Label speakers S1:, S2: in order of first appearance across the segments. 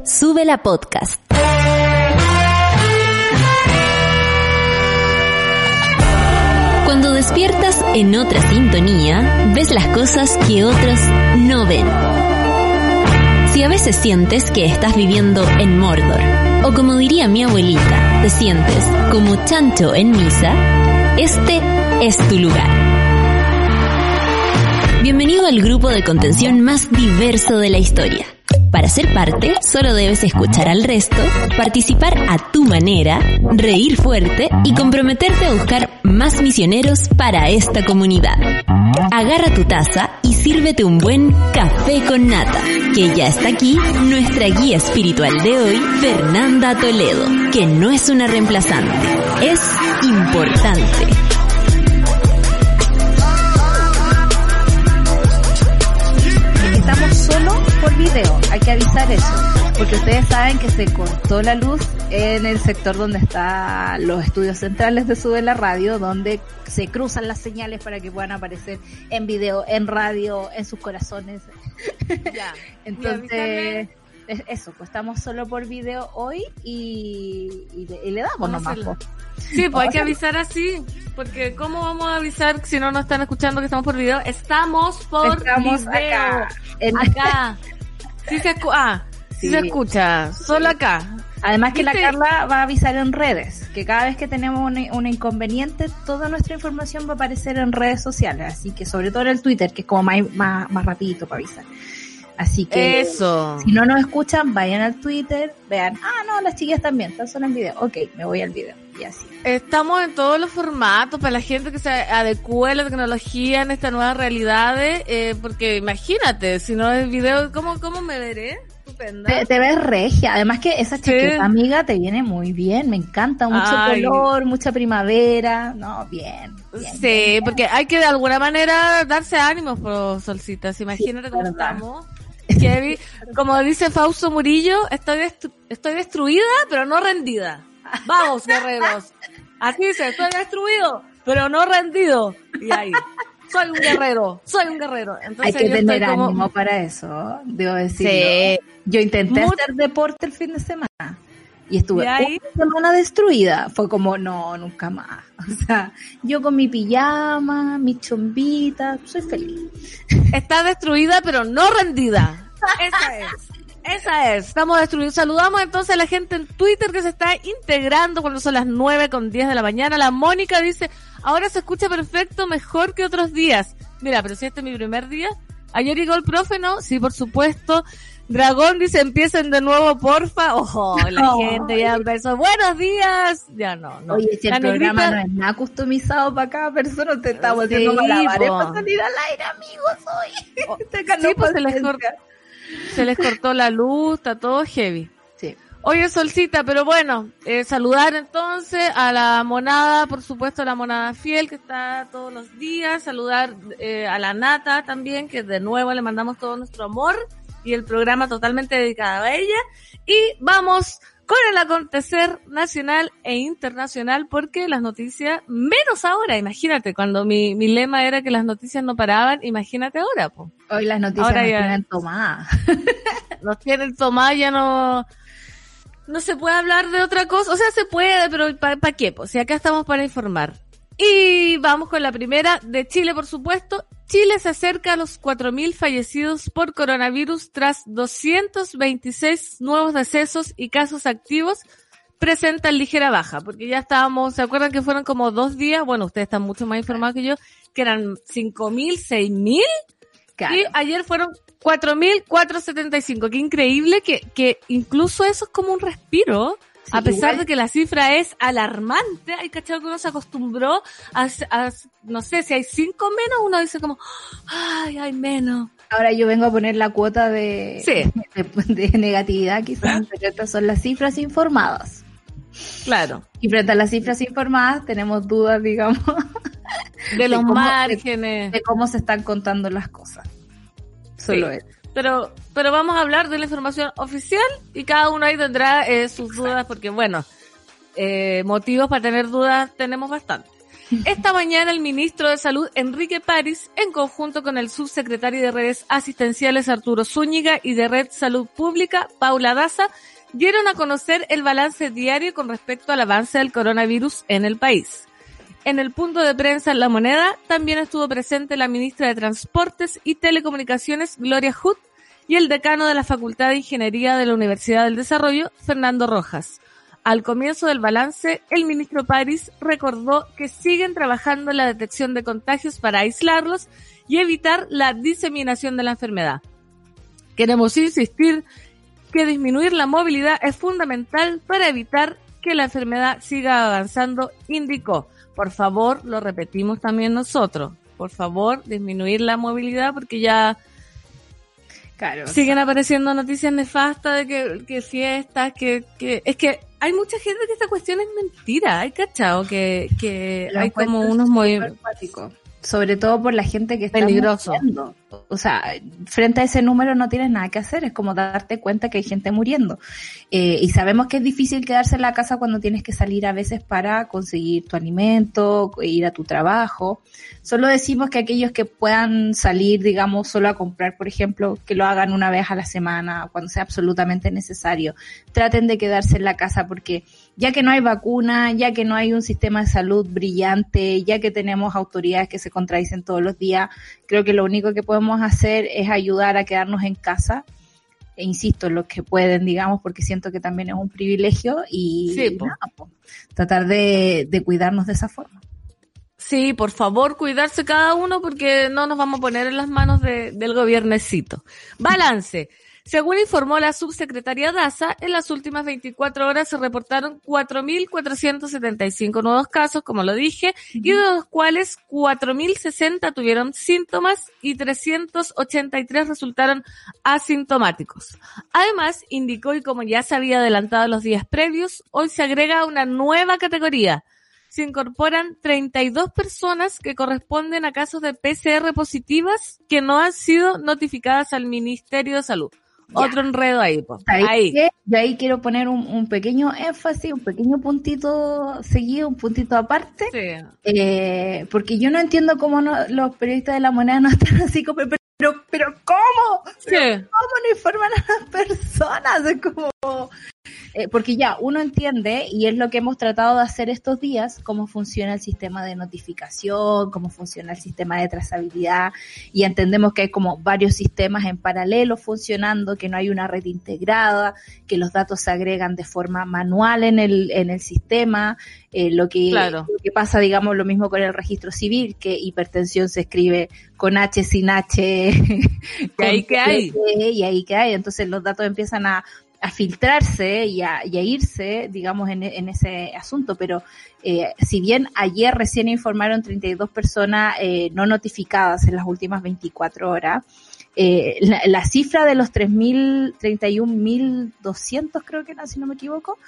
S1: Sube la podcast. Cuando despiertas en otra sintonía, ves las cosas que otros no ven. Si a veces sientes que estás viviendo en Mordor, o como diría mi abuelita, te sientes como chancho en misa, este es tu lugar. Bienvenido al grupo de contención más diverso de la historia. Para ser parte, solo debes escuchar al resto, participar a tu manera, reír fuerte y comprometerte a buscar más misioneros para esta comunidad. Agarra tu taza y sírvete un buen café con nata, que ya está aquí nuestra guía espiritual de hoy, Fernanda Toledo, que no es una reemplazante, es importante.
S2: Estamos solo por video, hay que avisar eso, porque ustedes saben que se cortó la luz en el sector donde están los estudios centrales de Sube la Radio, donde se cruzan las señales para que puedan aparecer en video, en radio, en sus corazones. Ya. Entonces, eso, pues estamos solo por video hoy y le damos nomás.
S3: Sí, pues hay que avisar así, porque ¿cómo vamos a avisar si no nos están escuchando que estamos por video? Estamos video. Acá. Sí se escucha, solo acá.
S2: Además que la Carla va a avisar en redes, que cada vez que tenemos un inconveniente, toda nuestra información va a aparecer en redes sociales, así que sobre todo en el Twitter, que es como más rapidito para avisar. Así que
S3: eso.
S2: Si no nos escuchan, vayan al Twitter, vean, no, las chicas también, están solo en video. Ok, me voy al video. Y así.
S3: Estamos en todos los formatos para la gente que se adecue a la tecnología en estas nuevas realidades, porque imagínate, si no es video, ¿cómo me veré? Estupenda.
S2: Te ves regia, además que esa chaqueta, amiga, te viene muy bien, me encanta, mucho color, mucha primavera, bien. Bien,
S3: porque hay que de alguna manera darse ánimos, por Solcitas, imagínate cómo estamos. Kevin, como dice Fausto Murillo, estoy destruida, pero no rendida. Vamos, guerreros. Así dice, estoy destruido, pero no rendido. Y ahí, soy un guerrero. Entonces,
S2: hay que tener ánimo para eso, debo decirlo. Sí. Yo intenté hacer deporte el fin de semana y estuve una semana destruida. Fue como, no, nunca más. O sea, yo con mi pijama, mi chombita, soy feliz.
S3: Está destruida, pero no rendida. Esa es. Estamos destruidos. Saludamos entonces a la gente en Twitter que se está integrando cuando son las 9:10 de la mañana. La Mónica dice, ahora se escucha perfecto, mejor que otros días. Mira, pero si este es mi primer día. Ayer llegó el profe, ¿no? Sí, por supuesto. Dragón dice, empiecen de nuevo, porfa. La gente ya empezó. Buenos días. Ya no.
S2: Oye, si el programa no es nada customizado para cada persona, te estamos haciendo malabares para salir al aire, amigos, hoy.
S3: Se les cortó la luz, está todo heavy.
S2: Sí.
S3: Oye, Solcita, pero bueno, saludar entonces a la monada, por supuesto, a la monada fiel que está todos los días. Saludar a la Nata también, que de nuevo le mandamos todo nuestro amor. Y el programa totalmente dedicado a ella. Y vamos con el acontecer nacional e internacional, porque las noticias, menos ahora, imagínate, cuando mi lema era que las noticias no paraban, imagínate ahora, po.
S2: Hoy las noticias ahora nos tienen tomadas.
S3: Nos tienen tomadas, ya no se puede hablar de otra cosa, o sea, se puede, pero ¿para qué? Pues si acá estamos para informar. Y vamos con la primera de Chile, por supuesto. Chile se acerca a los 4.000 fallecidos por coronavirus tras 226 nuevos decesos y casos activos. Presentan ligera baja, porque ya estábamos, ¿se acuerdan que fueron como 2 días? Bueno, ustedes están mucho más informados que yo, que eran 5.000, 6.000. Claro. Y ayer fueron 4.475. Qué increíble que incluso eso es como un respiro. Sí, a pesar de que la cifra es alarmante, hay cachado que uno se acostumbró a no sé, si hay 5 menos, uno dice como, ay, hay menos.
S2: Ahora yo vengo a poner la cuota de negatividad quizás, pero estas son las cifras informadas.
S3: Claro.
S2: Y frente a las cifras informadas tenemos dudas, digamos,
S3: de los márgenes.
S2: De cómo se están contando las cosas. Solo eso.
S3: Pero vamos a hablar de la información oficial y cada uno ahí tendrá sus dudas, porque bueno, motivos para tener dudas tenemos bastante. Esta mañana el ministro de Salud, Enrique París, en conjunto con el subsecretario de Redes Asistenciales, Arturo Zúñiga, y de Red Salud Pública, Paula Daza, dieron a conocer el balance diario con respecto al avance del coronavirus en el país. En el punto de prensa en La Moneda también estuvo presente la ministra de Transportes y Telecomunicaciones, Gloria Hood, y el decano de la Facultad de Ingeniería de la Universidad del Desarrollo, Fernando Rojas. Al comienzo del balance, el ministro París recordó que siguen trabajando en la detección de contagios para aislarlos y evitar la diseminación de la enfermedad. Queremos insistir que disminuir la movilidad es fundamental para evitar que la enfermedad siga avanzando, indicó. Por favor, lo repetimos también nosotros. Por favor, disminuir la movilidad porque ya siguen apareciendo noticias nefastas de que fiestas, que es que hay mucha gente que esta cuestión es mentira. Hay cachado que hay como unos movimientos.
S2: Sobre todo por la gente que está
S3: peligroso.
S2: Muriendo. O sea, frente a ese número no tienes nada que hacer, es como darte cuenta que hay gente muriendo. Y sabemos que es difícil quedarse en la casa cuando tienes que salir a veces para conseguir tu alimento, ir a tu trabajo. Solo decimos que aquellos que puedan salir, digamos, solo a comprar, por ejemplo, que lo hagan una vez a la semana, cuando sea absolutamente necesario. Traten de quedarse en la casa porque ya que no hay vacuna, ya que no hay un sistema de salud brillante, ya que tenemos autoridades que se contradicen todos los días, creo que lo único que podemos hacer es ayudar a quedarnos en casa, e insisto, los que pueden, digamos, porque siento que también es un privilegio y tratar de cuidarnos de esa forma.
S3: Sí, por favor, cuidarse cada uno porque no nos vamos a poner en las manos del gobiernecito. Balance. Según informó la subsecretaria Daza, en las últimas 24 horas se reportaron 4.475 nuevos casos, como lo dije, y de los cuales 4.060 tuvieron síntomas y 383 resultaron asintomáticos. Además, indicó, y como ya se había adelantado los días previos, hoy se agrega una nueva categoría. Se incorporan 32 personas que corresponden a casos de PCR positivas que no han sido notificadas al Ministerio de Salud. Ya. Otro enredo ahí, pues. Ahí.
S2: Yo ahí quiero poner un pequeño énfasis, un pequeño puntito seguido, un puntito aparte. Sí. Porque yo no entiendo cómo los periodistas de La Moneda no están así como, pero ¿cómo?
S3: Sí.
S2: ¿Pero cómo no informan a las personas? Es como... porque ya uno entiende, y es lo que hemos tratado de hacer estos días, cómo funciona el sistema de notificación, cómo funciona el sistema de trazabilidad, y entendemos que hay como varios sistemas en paralelo funcionando, que no hay una red integrada, que los datos se agregan de forma manual en el sistema, lo que pasa, digamos, lo mismo con el registro civil, que hipertensión se escribe con H, sin H,
S3: y ahí que hay.
S2: Y ahí que hay, entonces los datos empiezan a filtrarse y a irse, digamos, en ese asunto, pero si bien ayer recién informaron 32 personas no notificadas en las últimas 24 horas, la cifra de los 31.200 creo que era, si no me equivoco,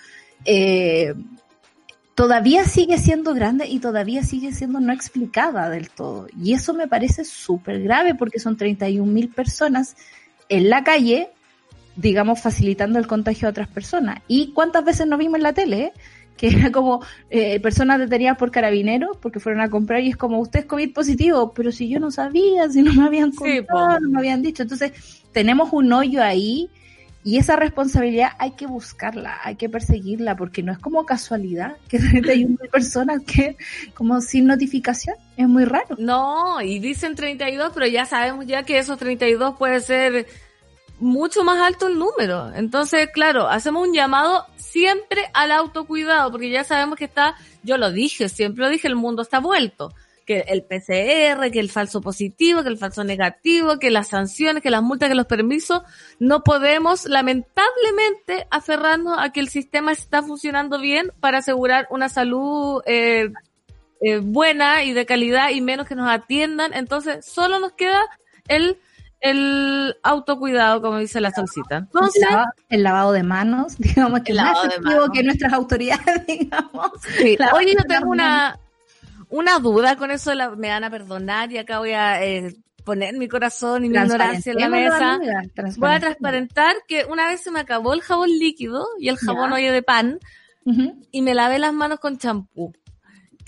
S2: todavía sigue siendo grande y todavía sigue siendo no explicada del todo, y eso me parece súper grave porque son 31.000 personas en la calle, digamos, facilitando el contagio a otras personas. ¿Y cuántas veces nos vimos en la tele? Que era como personas detenidas por carabineros porque fueron a comprar y es como, usted es COVID positivo, pero si yo no sabía, si no me habían contado, no me habían dicho. Entonces, tenemos un hoyo ahí y esa responsabilidad hay que buscarla, hay que perseguirla, porque no es como casualidad que hay una personas que como sin notificación, es muy raro.
S3: No, y dicen 32, pero ya sabemos ya que esos 32 puede ser mucho más alto el número. Entonces, claro, hacemos un llamado siempre al autocuidado, porque ya sabemos que yo lo dije, siempre lo dije, el mundo está vuelto. Que el PCR, que el falso positivo, que el falso negativo, que las sanciones, que las multas, que los permisos, no podemos, lamentablemente, aferrarnos a que el sistema está funcionando bien para asegurar una salud buena y de calidad y menos que nos atiendan. Entonces, solo nos queda el autocuidado, como dice la Solcita. Entonces,
S2: el lavado de manos, digamos, que es más efectivo que nuestras autoridades, digamos.
S3: Sí. Oye, yo tengo una duda con eso, me van a perdonar y acá voy a poner mi corazón y mi ignorancia en la mesa. Voy a transparentar que una vez se me acabó el jabón líquido y el jabón hoyo de pan y me lavé las manos con champú.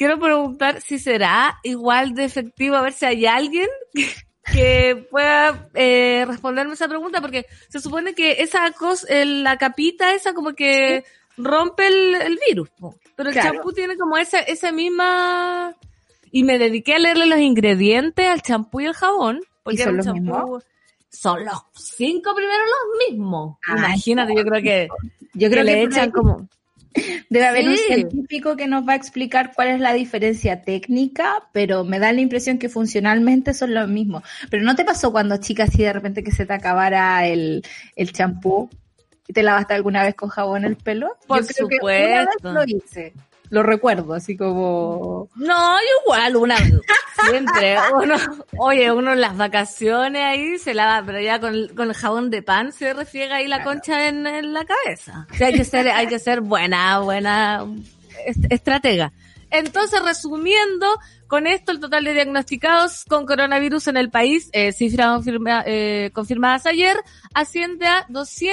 S3: quiero preguntar si será igual de efectivo, a ver si hay alguien que pueda responderme esa pregunta, porque se supone que esa cosa, la capita esa como que rompe el virus, po. Pero el champú tiene como esa misma... Y me dediqué a leerle los ingredientes al champú y al jabón, porque
S2: son
S3: era un
S2: los
S3: champú...
S2: mismos.
S3: Son los 5 primeros los mismos. Imagínate, yo creo que
S2: le
S3: echan como...
S2: Debe haber un científico que nos va a explicar cuál es la diferencia técnica, pero me da la impresión que funcionalmente son los mismos. Pero ¿no te pasó cuando chica así de repente que se te acabara el champú y te lavaste alguna vez con jabón el pelo?
S3: Por
S2: Yo creo
S3: supuesto.
S2: que una vez lo hice. Lo recuerdo, así como...
S3: No, igual, siempre. Uno en las vacaciones ahí se lava, pero ya con el jabón de pan se refiega ahí la concha en la cabeza. O sea, hay que ser buena estratega. Entonces, resumiendo, con esto el total de diagnosticados con coronavirus en el país, cifras confirmadas ayer, asciende a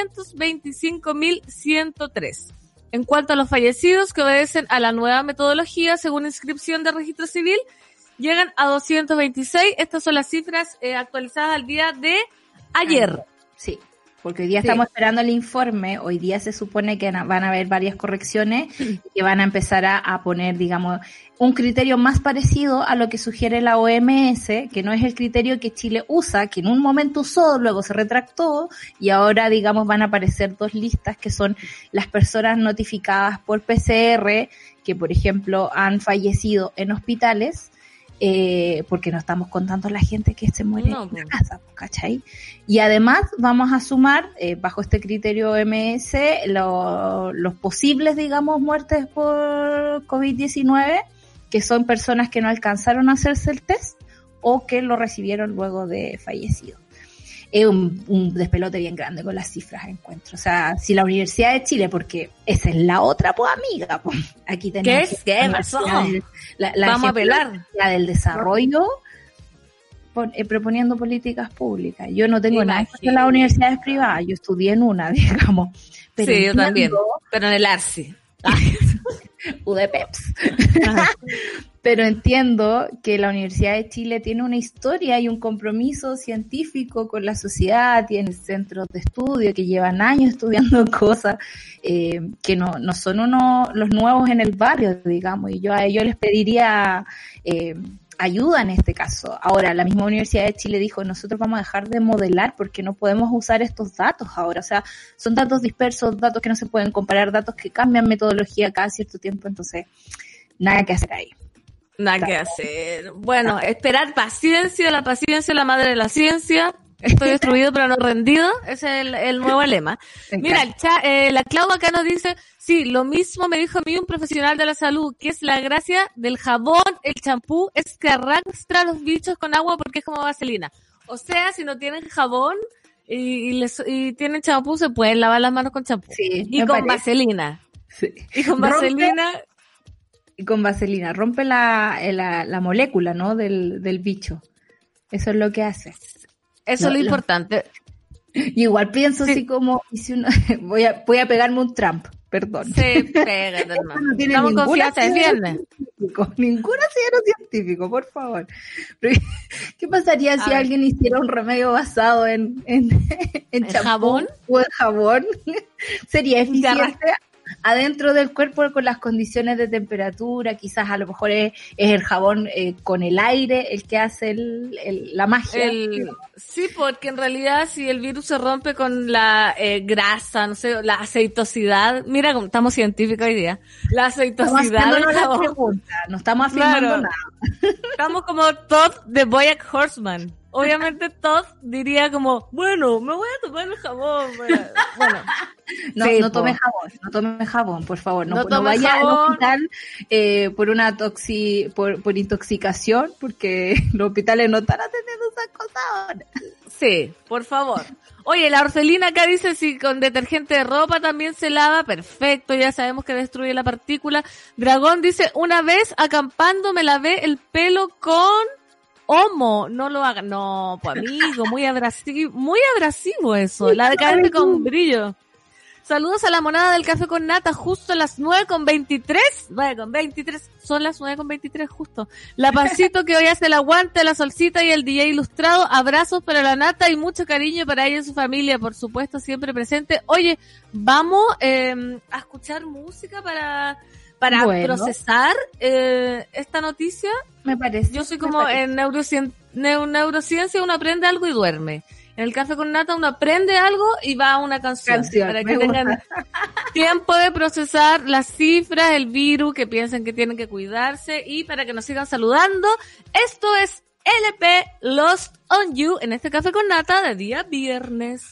S3: 225.103. En cuanto a los fallecidos que obedecen a la nueva metodología, según inscripción de registro civil, llegan a 226. Estas son las cifras actualizadas al día de ayer.
S2: Sí, porque hoy día estamos esperando el informe. Hoy día se supone que van a haber varias correcciones y que van a empezar a poner, digamos, un criterio más parecido a lo que sugiere la OMS, que no es el criterio que Chile usa, que en un momento usó, luego se retractó, y ahora, digamos, van a aparecer 2 listas que son las personas notificadas por PCR, que por ejemplo han fallecido en hospitales, porque no estamos contando la gente que se muere en la casa, ¿cachai? Y además vamos a sumar, bajo este criterio OMS, los posibles, digamos, muertes por COVID-19, que son personas que no alcanzaron a hacerse el test o que lo recibieron luego de fallecido. Es un despelote bien grande con las cifras, encuentro. O sea, si la Universidad de Chile, porque esa es la otra, pues amiga, pues aquí tenemos...
S3: ¿Qué pasó? Vamos a apelar.
S2: La del desarrollo, proponiendo políticas públicas. Yo no tengo nada contra las universidades privadas, yo estudié en una, digamos. Pero
S3: sí, yo también, pero en el ARCI.
S2: UDPEPS. Pero entiendo que la Universidad de Chile tiene una historia y un compromiso científico con la sociedad, tiene centros de estudio que llevan años estudiando cosas que no son los nuevos en el barrio, digamos, y yo a ellos les pediría ayuda en este caso. Ahora, la misma Universidad de Chile dijo, nosotros vamos a dejar de modelar porque no podemos usar estos datos ahora. O sea, son datos dispersos, datos que no se pueden comparar, datos que cambian metodología cada cierto tiempo, entonces, nada que hacer ahí.
S3: Nada que hacer. Bueno, esperar paciencia, la madre de la ciencia. Estoy destruido pero no rendido. Ese es el nuevo lema. Mira, la Clau acá nos dice, sí, lo mismo me dijo a mí un profesional de la salud, que es la gracia del jabón, el champú, es que arrastra los bichos con agua porque es como vaselina. O sea, si no tienen jabón y tienen champú, se pueden lavar las manos con champú.
S2: Sí,
S3: y con vaselina. Sí. Y con vaselina...
S2: Y con vaselina, rompe la molécula, ¿no? del bicho. Eso es lo que hace.
S3: Eso es lo importante.
S2: Y igual pienso así como, si uno, voy a pegarme un Trump, perdón.
S3: Sí, pégate, hermano. No tiene confianza, es viernes.
S2: Ningún asidero científico, por favor. Pero, ¿qué pasaría si alguien hiciera un remedio basado en champú
S3: jabón
S2: o en jabón? ¿Sería eficiente? Adentro del cuerpo con las condiciones de temperatura, quizás a lo mejor es el jabón con el aire el que hace la magia.
S3: Sí, porque en realidad si el virus se rompe con la grasa, no sé, la aceitosidad, mira, estamos científicos hoy día, la aceitosidad del jabón.
S2: No estamos afirmando nada.
S3: Estamos como Todd de BoJack Horseman. Obviamente Todd diría como, bueno, me voy a tomar el jabón. Bueno,
S2: no tome jabón, por favor. No vaya al hospital por una por intoxicación, porque los hospitales no están atendiendo esas cosas ahora.
S3: Sí, por favor. Oye, la Orfelina acá dice si con detergente de ropa también se lava, perfecto, ya sabemos que destruye la partícula. Dragón dice, una vez acampando me lavé el pelo con Homo, no lo hagan, no, pues amigo, muy abrasivo eso, la de caerte con brillo. Saludos a la monada del café con nata, justo a las 9:23. 9:23, son las 9:23 justo. La Pancito que hoy hace el aguante, la Solcita y el DJ Ilustrado. Abrazos para la nata y mucho cariño para ella y su familia, por supuesto, siempre presente. Oye, vamos a escuchar música para procesar esta noticia.
S2: Me parece.
S3: Yo soy como en neurociencia uno aprende algo y duerme. En el café con nata uno aprende algo y va a una canción para que tengan tiempo de procesar las cifras, el virus, que piensen que tienen que cuidarse y para que nos sigan saludando. Esto es LP Lost on You en este café con nata de día viernes.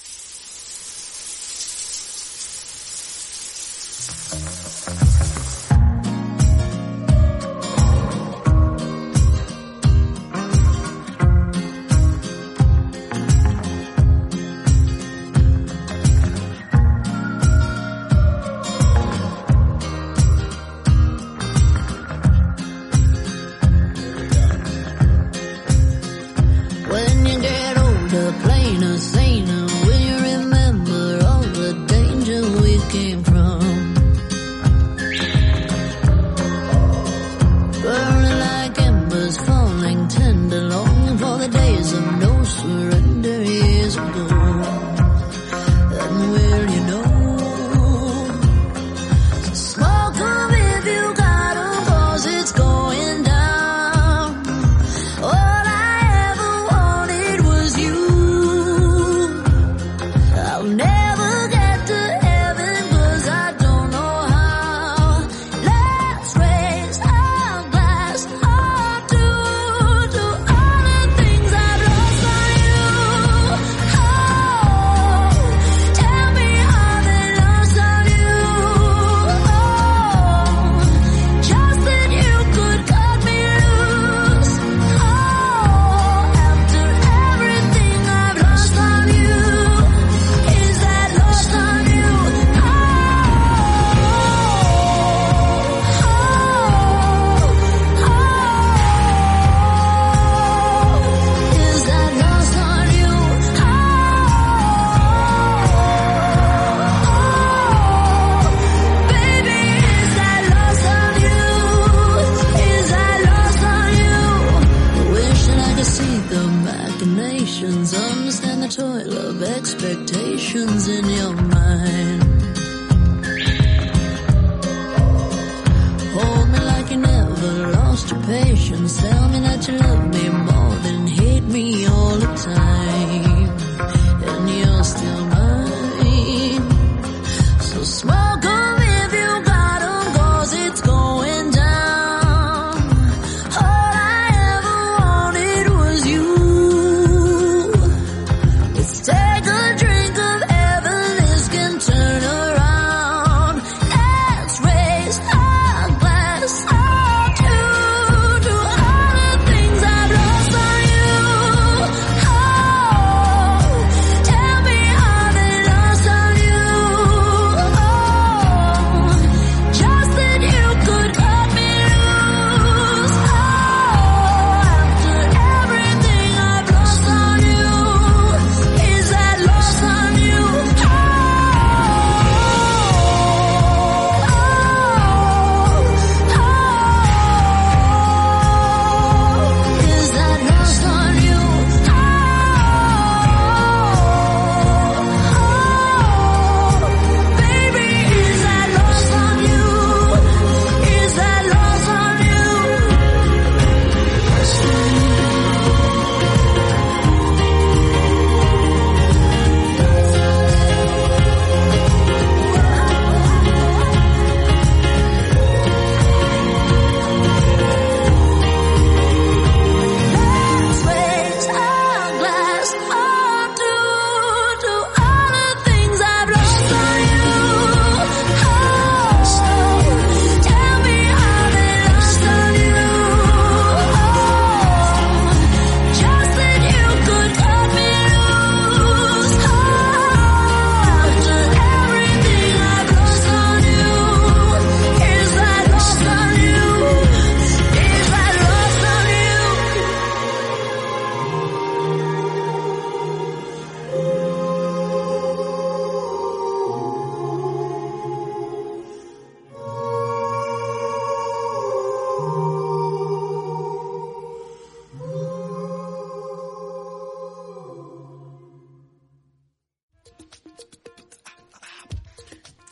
S4: Plainer, saner, will you remember all the danger we came from? Burning like embers, falling tender, longing for the days of no surrender years ago. And will you know? So smoke 'em if you got 'em, 'cause it's going down. All I ever wanted was you. I'll never get to heaven 'cause I don't know how. Let's raise our glass up to all the things I've lost on you. Oh, tell me how they lost on you. Oh, just that you could cut me loose. Oh, after everything I've lost on you. Is that lost on you? Oh, is that lost on you? Baby, is that lost on you? Is that lost on you? Wishing I could see the machinations, understand the toil of expectations in your mind. Hold me like you never lost your patience. Tell me that you love me more than hate me all the time. And you're still mine. So smoke 'em if you got 'em, 'cause it's going down. All I ever wanted was you. Let's take a drink of heaven, this can turn around. Let's raise our glass up to all the things I've lost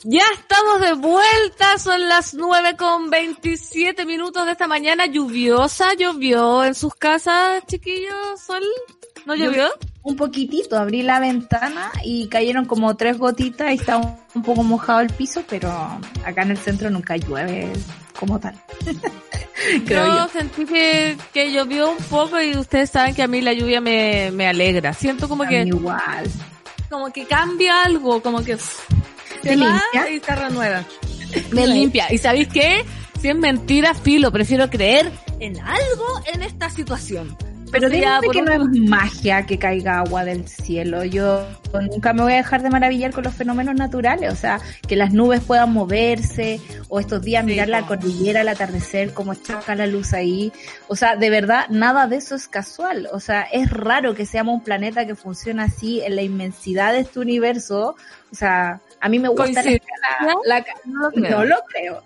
S3: Ya estamos de vuelta, son las 9:27 de esta mañana lluviosa. ¿Llovió en sus casas, chiquillos? ¿Sol? ¿No llovió?
S2: Un poquitito, abrí la ventana y cayeron como 3 gotitas y está un poco mojado el piso, pero acá en el centro nunca llueve como tal.
S3: Yo sentí que llovió un poco y ustedes saben que a mí la lluvia me alegra. Siento como que
S2: igual.
S3: Como que cambia algo, como que se va
S2: limpia
S3: y se renueva. Me limpia. ¿Y sabéis qué? Si es mentira, filo, prefiero creer en algo en esta situación.
S2: Pero dígame que no es magia que caiga agua del cielo. Yo nunca me voy a dejar de maravillar con los fenómenos naturales. O sea, que las nubes puedan moverse, o estos días mirar la cordillera al atardecer, como choca la luz ahí. O sea, de verdad, nada de eso es casual. O sea, es raro que seamos un planeta que funciona así en la inmensidad de este universo. O sea, a mí me gusta no lo creo.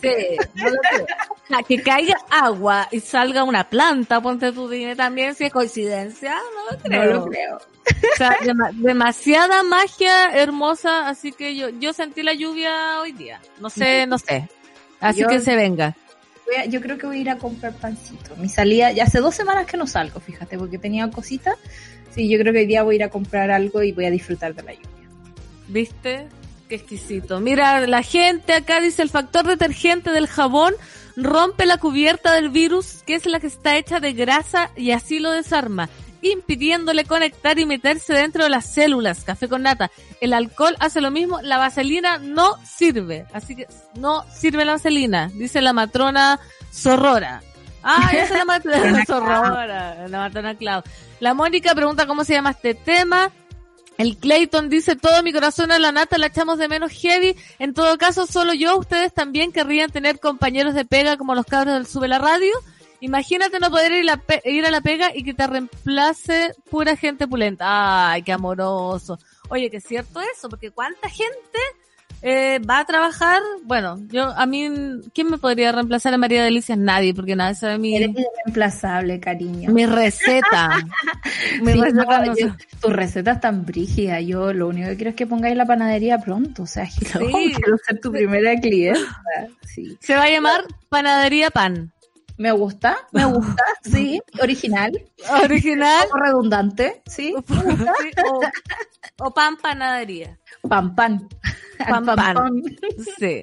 S3: O sea, que caiga agua y salga una planta, ponte tú, dime también si es coincidencia, no lo creo. O sea, demasiada magia hermosa, así que yo sentí la lluvia hoy día. No sé. Así que se venga.
S2: Yo creo que voy a ir a comprar pancito. Mi salida, ya hace 2 semanas que no salgo, fíjate, porque tenía cositas. Sí, yo creo que hoy día voy a ir a comprar algo y voy a disfrutar de la lluvia.
S3: ¿Viste? Qué exquisito. Mira, la gente acá dice: el factor detergente del jabón rompe la cubierta del virus, que es la que está hecha de grasa, y así lo desarma, impidiéndole conectar y meterse dentro de las células. Café con nata. El alcohol hace lo mismo. La vaselina no sirve. Así que no sirve la vaselina, dice la matrona Sorrora. Ah, esa es la matrona Sorrora, la matrona Clau. La Mónica pregunta cómo se llama este tema. El Clayton dice: todo mi corazón a la nata, la echamos de menos heavy. En todo caso, solo yo, ustedes también querrían tener compañeros de pega como los cabros del Sube la Radio. Imagínate no poder ir a la pega y que te reemplace pura gente pulenta. Ay, qué amoroso. Oye, que es cierto eso, porque cuánta gente va a trabajar. Bueno, a mí, ¿quién me podría reemplazar a María Delicias? Nadie, porque nadie sabe
S2: Eres irreemplazable, cariño.
S3: Mi receta.
S2: Tu receta es tan brígida. Yo lo único que quiero es que pongáis la panadería pronto. O sea, quiero ser tu primera clienta. Sí.
S3: Se va a llamar Panadería Pan.
S2: Me gusta, sí, original. O redundante, sí.
S3: O pan panadería.
S2: Pan.
S3: Sí.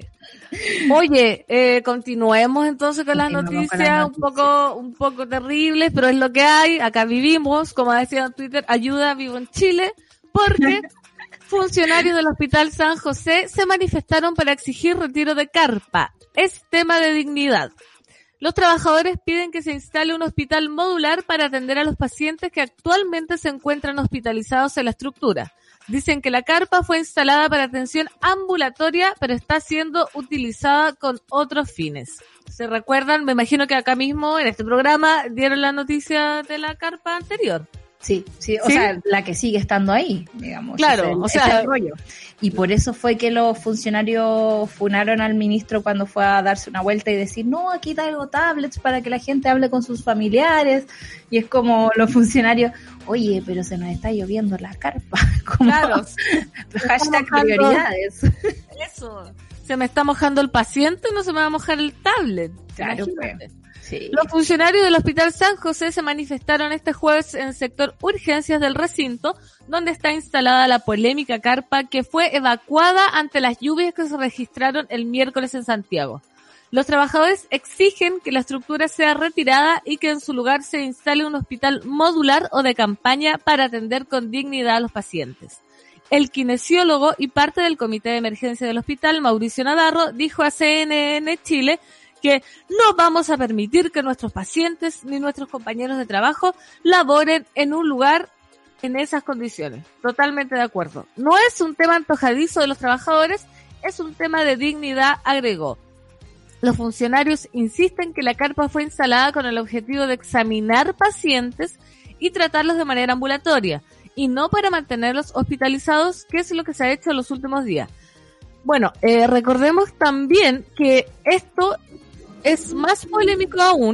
S3: Oye, continuemos entonces con las noticias un poco terribles, pero es lo que hay. Acá vivimos, como decía en Twitter, ayuda, vivo en Chile, porque funcionarios del Hospital San José se manifestaron para exigir retiro de carpa. Es tema de dignidad. Los trabajadores piden que se instale un hospital modular para atender a los pacientes que actualmente se encuentran hospitalizados en la estructura. Dicen que la carpa fue instalada para atención ambulatoria, pero está siendo utilizada con otros fines. ¿Se recuerdan? Me imagino que acá mismo, en este programa, dieron la noticia de la carpa anterior.
S2: Sí, o sea, la que sigue estando ahí, digamos.
S3: Claro,
S2: es el rollo. Y por eso fue que los funcionarios funaron al ministro cuando fue a darse una vuelta y decir: no, aquí traigo tablets para que la gente hable con sus familiares. Y es como los funcionarios: oye, pero se nos está lloviendo la carpa. Como,
S3: claro.
S2: Hashtag prioridades.
S3: Eso. Se me está mojando el paciente, no se me va a mojar el tablet.
S2: Claro,
S3: pues. Sí. Los funcionarios del Hospital San José se manifestaron este jueves en el sector urgencias del recinto, donde está instalada la polémica carpa que fue evacuada ante las lluvias que se registraron el miércoles en Santiago. Los trabajadores exigen que la estructura sea retirada y que en su lugar se instale un hospital modular o de campaña para atender con dignidad a los pacientes. El kinesiólogo y parte del comité de emergencia del hospital, Mauricio Navarro, dijo a CNN Chile que no vamos a permitir que nuestros pacientes ni nuestros compañeros de trabajo laboren en un lugar en esas condiciones. Totalmente de acuerdo. No es un tema antojadizo de los trabajadores, es un tema de dignidad, agregó. Los funcionarios insisten que la carpa fue instalada con el objetivo de examinar pacientes y tratarlos de manera ambulatoria, y no para mantenerlos hospitalizados, que es lo que se ha hecho en los últimos días. Bueno, recordemos también que esto es más polémico aún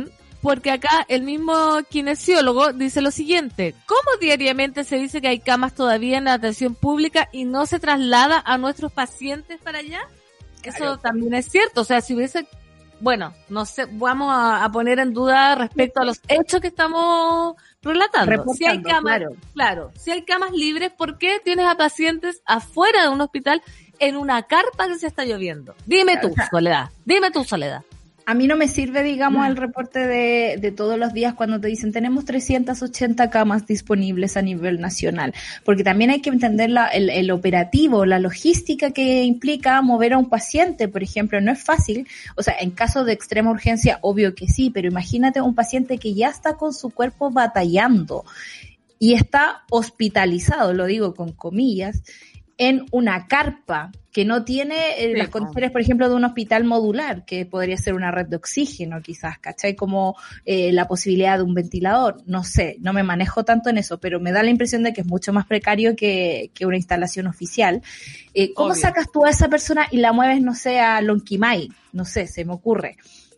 S3: porque acá el mismo kinesiólogo dice lo siguiente: ¿cómo diariamente se dice que hay camas todavía en la atención pública y no se traslada a nuestros pacientes para allá? Eso
S2: Claro.
S3: también es cierto. O sea, si hubiese, bueno, no sé, vamos a poner en duda respecto a los hechos que estamos relatando.
S2: Reportando,
S3: Si hay camas, claro, si hay camas libres, ¿por qué tienes a pacientes afuera de un hospital en una carpa que se está lloviendo? Dime tú, Soledad. Dime tú, Soledad.
S2: A mí no me sirve, digamos, el reporte de todos los días cuando te dicen tenemos 380 camas disponibles a nivel nacional, porque también hay que entender el operativo, la logística que implica mover a un paciente, por ejemplo. No es fácil, o sea, en caso de extrema urgencia, obvio que sí, pero imagínate un paciente que ya está con su cuerpo batallando y está hospitalizado, lo digo con comillas, en una carpa que no tiene las condiciones, por ejemplo, de un hospital modular, que podría ser una red de oxígeno quizás, ¿cachai? Como la posibilidad de un ventilador, no sé, no me manejo tanto en eso, pero me da la impresión de que es mucho más precario que una instalación oficial. ¿Cómo
S3: Obvio.
S2: sacas tú a esa persona y la mueves, no sé, a Lonquimay? No sé, se me ocurre.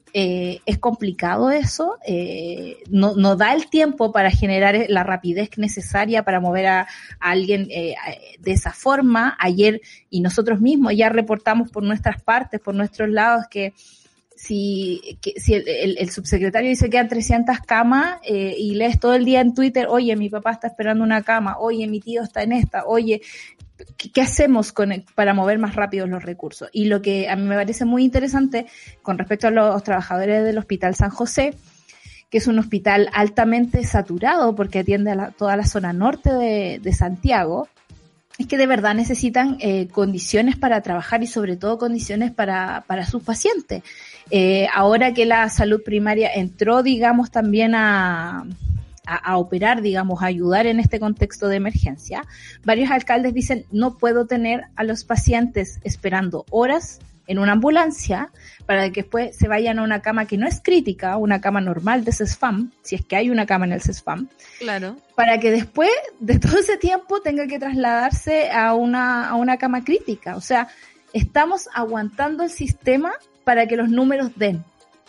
S2: Es complicado eso, no da el tiempo para generar la rapidez necesaria para mover a alguien de esa forma. Ayer, y nosotros mismos ya reportamos por nuestras partes, por nuestros lados, que si el subsecretario dice que quedan 300 camas y lees todo el día en Twitter, oye, mi papá está esperando una cama, oye, mi tío está en esta, oye, ¿qué hacemos para mover más rápido los recursos? Y lo que a mí me parece muy interesante con respecto a los trabajadores del Hospital San José, que es un hospital altamente saturado porque atiende a toda la zona norte de Santiago, es que de verdad necesitan condiciones para trabajar y sobre todo condiciones para sus pacientes. Ahora que la salud primaria entró, digamos, también a operar, digamos, a ayudar en este contexto de emergencia, varios alcaldes dicen, no puedo tener a los pacientes esperando horas en una ambulancia para que después se vayan a una cama que no es crítica, una cama normal de CESFAM, si es que hay una cama en el CESFAM,
S3: Claro.
S2: para que después de todo ese tiempo tenga que trasladarse a una cama crítica. O sea, estamos aguantando el sistema para que los números den.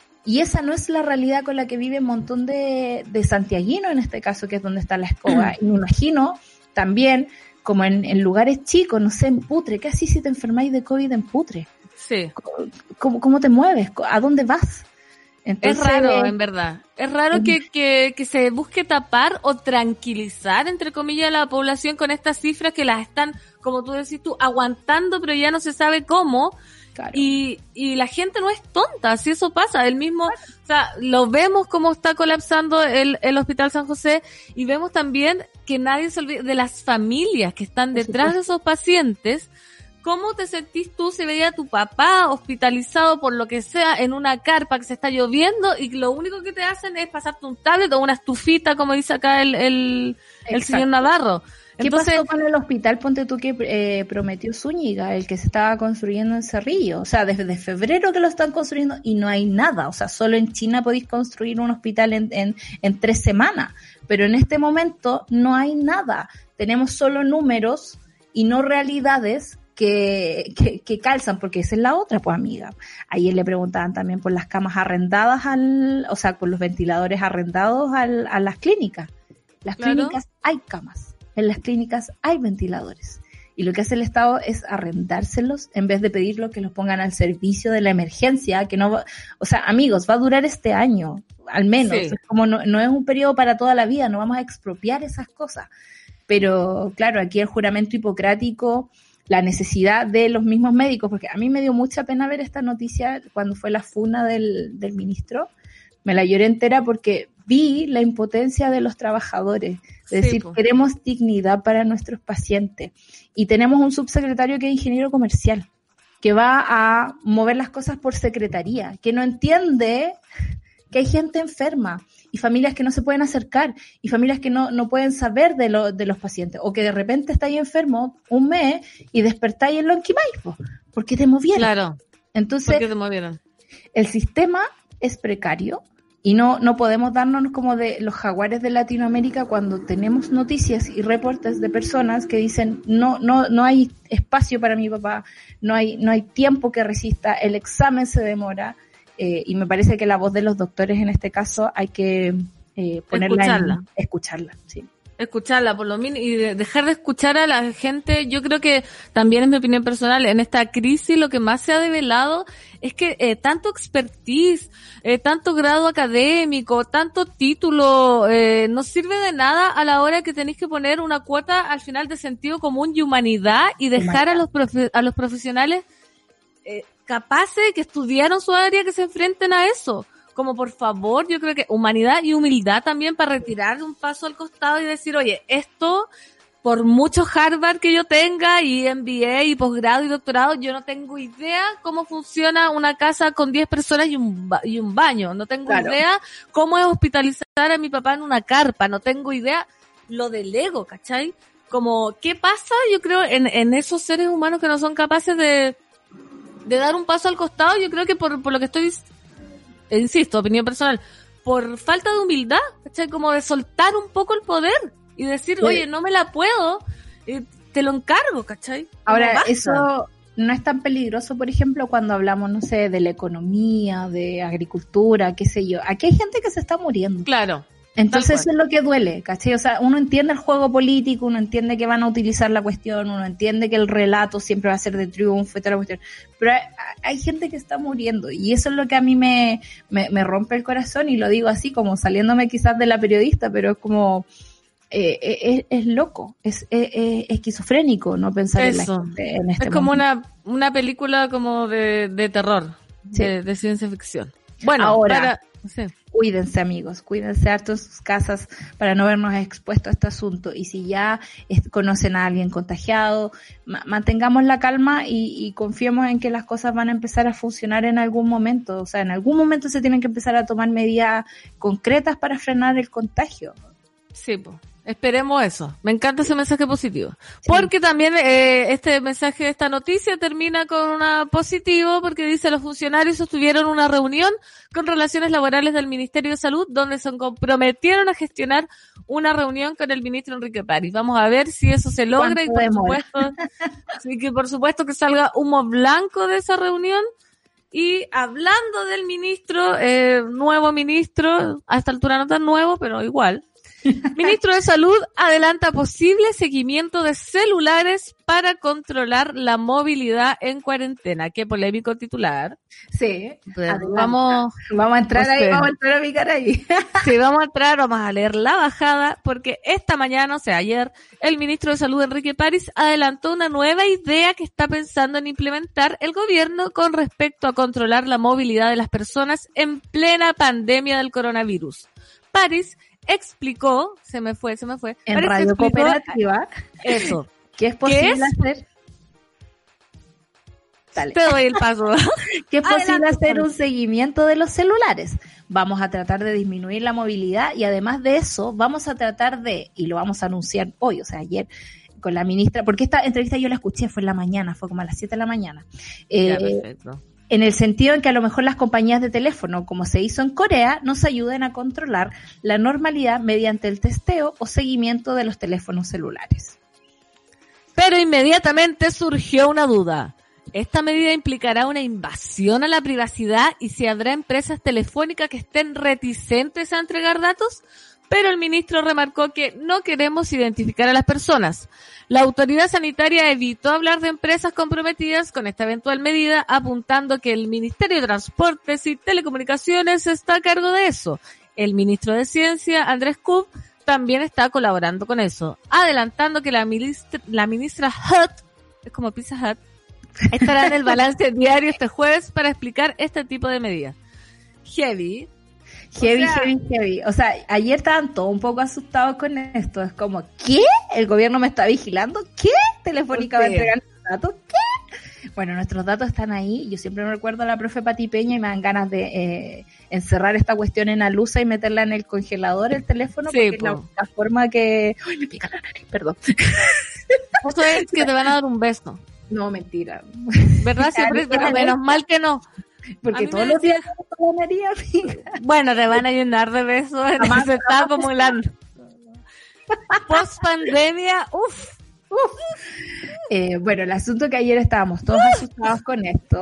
S2: Y esa no es la realidad con la que vive un montón de santiaguinos, en este caso, que es donde está la escoba. Y me imagino también, como en lugares chicos, no sé, en Putre, ¿qué así si te enfermáis de COVID en Putre?
S3: Sí.
S2: ¿Cómo te mueves? ¿A dónde vas? Entonces,
S3: Es raro, en verdad. Es raro que se busque tapar o tranquilizar, entre comillas, a la población con estas cifras que las están, como tú decís tú, aguantando, pero ya no se sabe cómo.
S2: claro.
S3: Y la gente no es tonta, si eso pasa, el mismo, o sea, lo vemos como está colapsando el Hospital San José y vemos también que nadie se olvida de las familias que están detrás de esos pacientes. ¿Cómo te sentís tú si veías a tu papá hospitalizado por lo que sea en una carpa que se está lloviendo y lo único que te hacen es pasarte un tablet o una estufita, como dice acá el señor Navarro?
S2: ¿Qué
S3: Entonces,
S2: pasó con el hospital, ponte tú, que prometió Zúñiga, el que se estaba construyendo en Cerrillo? O sea, desde febrero que lo están construyendo y no hay nada. O sea, solo en China podéis construir un hospital en 3 semanas. Pero en este momento no hay nada. Tenemos solo números y no realidades que calzan, porque esa es la otra, pues, amiga. Ayer le preguntaban también por las camas arrendadas o sea, por los ventiladores arrendados a las clínicas. Las clínicas hay camas. En las clínicas hay ventiladores. Y lo que hace el Estado es arrendárselos en vez de pedirlo que los pongan al servicio de la emergencia, que no va, o sea, amigos, va a durar este año, al menos.
S3: Sí.
S2: Es como no es un periodo para toda la vida, no vamos a expropiar esas cosas. Pero claro, aquí el juramento hipocrático, la necesidad de los mismos médicos, porque a mí me dio mucha pena ver esta noticia cuando fue la funa del ministro. Me la lloré entera porque vi la impotencia de los trabajadores, de decir,
S3: pues,
S2: queremos dignidad para nuestros pacientes. Y tenemos un subsecretario que es ingeniero comercial, que va a mover las cosas por secretaría, que no entiende que hay gente enferma y familias que no se pueden acercar y familias que no pueden saber de los pacientes, o que de repente estáis enfermo un mes y despertáis en Lonquimay, porque te movieron.
S3: claro,
S2: Entonces,
S3: porque te movieron.
S2: el sistema es precario y no podemos darnos como de los jaguares de Latinoamérica cuando tenemos noticias y reportes de personas que dicen no hay espacio para mi papá, no hay tiempo que resista, el examen se demora y me parece que la voz de los doctores en este caso hay que ponerla escucharla, sí.
S3: Escucharla por lo menos y dejar de escuchar a la gente. Yo creo que también es mi opinión personal, en esta crisis lo que más se ha develado es que tanto expertise, tanto grado académico, tanto título, no sirve de nada a la hora que tenéis que poner una cuota al final de sentido común y humanidad y dejar a los profesionales capaces que estudiaron su área que se enfrenten a eso. Como por favor, yo creo que humanidad y humildad también para retirar un paso al costado y decir, oye, esto, por mucho Harvard que yo tenga y MBA y posgrado y doctorado, yo no tengo idea cómo funciona una casa con 10 personas y un baño. No tengo idea cómo es hospitalizar a mi papá en una carpa. No tengo idea lo del ego, ¿cachai? Como, ¿qué pasa? Yo creo en esos seres humanos que no son capaces de dar un paso al costado. Yo creo que por lo que estoy insisto, opinión personal, por falta de humildad, ¿cachai? Como de soltar un poco el poder y decir, oye, no me la puedo, te lo encargo, ¿cachai?
S2: Ahora, eso no es tan peligroso, por ejemplo, cuando hablamos, no sé, de la economía, de agricultura, qué sé yo. Aquí hay gente que se está muriendo.
S3: Claro.
S2: Entonces eso es lo que duele, ¿cachai? O sea, uno entiende el juego político, uno entiende que van a utilizar la cuestión, uno entiende que el relato siempre va a ser de triunfo y toda la cuestión, pero hay gente que está muriendo y eso es lo que a mí me rompe el corazón y lo digo así como saliéndome quizás de la periodista, pero es como es loco, es esquizofrénico no pensar
S3: eso.
S2: En la gente en este
S3: es como
S2: momento.
S3: una película como de terror, sí. de ciencia ficción. Bueno,
S2: ahora
S3: sí.
S2: Cuídense, amigos, cuídense harto en sus casas para no vernos expuestos a este asunto. Y si ya conocen a alguien contagiado, mantengamos la calma y confiemos en que las cosas van a empezar a funcionar en algún momento. O sea, en algún momento se tienen que empezar a tomar medidas concretas para frenar el contagio.
S3: Sí, pues. Esperemos eso. Me encanta ese mensaje positivo. Sí. Porque también este mensaje, esta noticia termina con una positivo porque dice los funcionarios sostuvieron una reunión con relaciones laborales del Ministerio de Salud donde se comprometieron a gestionar una reunión con el ministro Enrique París. Vamos a ver si eso se logra y por supuesto que salga humo blanco de esa reunión. Y hablando del ministro, nuevo ministro, a esta altura no tan nuevo, pero igual. Ministro de Salud adelanta posible seguimiento de celulares para controlar la movilidad en cuarentena. Qué polémico titular.
S2: Sí.
S3: Vamos
S2: a entrar ahí, vamos a entrar a picar ahí.
S3: Sí, vamos a leer la bajada, porque esta mañana, o sea, ayer, el ministro de Salud, Enrique París, adelantó una nueva idea que está pensando en implementar el gobierno con respecto a controlar la movilidad de las personas en plena pandemia del coronavirus. París explicó, se me fue.
S2: En Radio Cooperativa.
S3: Eso.
S2: ¿Qué es posible hacer?
S3: Dale. Te doy el paso.
S2: ¿Qué es posible hacer un seguimiento de los celulares? Vamos a tratar de disminuir la movilidad y además de eso vamos a tratar y lo vamos a anunciar hoy, o sea, ayer con la ministra, porque esta entrevista yo la escuché, fue en la mañana, fue como a las 7 de la mañana.
S3: Perfecto.
S2: En el sentido en que a lo mejor las compañías de teléfono, como se hizo en Corea, nos ayuden a controlar la normalidad mediante el testeo o seguimiento de los teléfonos celulares.
S3: Pero inmediatamente surgió una duda. ¿Esta medida implicará una invasión a la privacidad y si habrá empresas telefónicas que estén reticentes a entregar datos? Pero el ministro remarcó que no queremos identificar a las personas. La autoridad sanitaria evitó hablar de empresas comprometidas con esta eventual medida, apuntando que el Ministerio de Transportes y Telecomunicaciones está a cargo de eso. El ministro de Ciencia, Andrés Kub, también está colaborando con eso, adelantando que la ministra Hut, es como Pizza Hut, estará en el balance diario este jueves para explicar este tipo de medidas. Heavy.
S2: O sea, ayer estaban todos un poco asustados con esto. Es como, ¿qué? ¿El gobierno me está vigilando? ¿Qué? ¿Telefónica va a entregar datos? ¿Qué? Bueno, nuestros datos están ahí. Yo siempre me recuerdo a la profe Pati Peña y me dan ganas de encerrar esta cuestión en alusa y meterla en el congelador, el teléfono,
S3: sí,
S2: porque es la forma que... ¡Ay, me pica la nariz! Perdón.
S3: Eso es que te van a dar un beso.
S2: No, mentira.
S3: ¿Verdad? Siempre, pero menos mal que no.
S2: Porque todos los días la nariz, amiga.
S3: Bueno, te van a llenar de besos, se está acumulando. Post pandemia,
S2: Bueno, el asunto que ayer estábamos todos asustados con esto,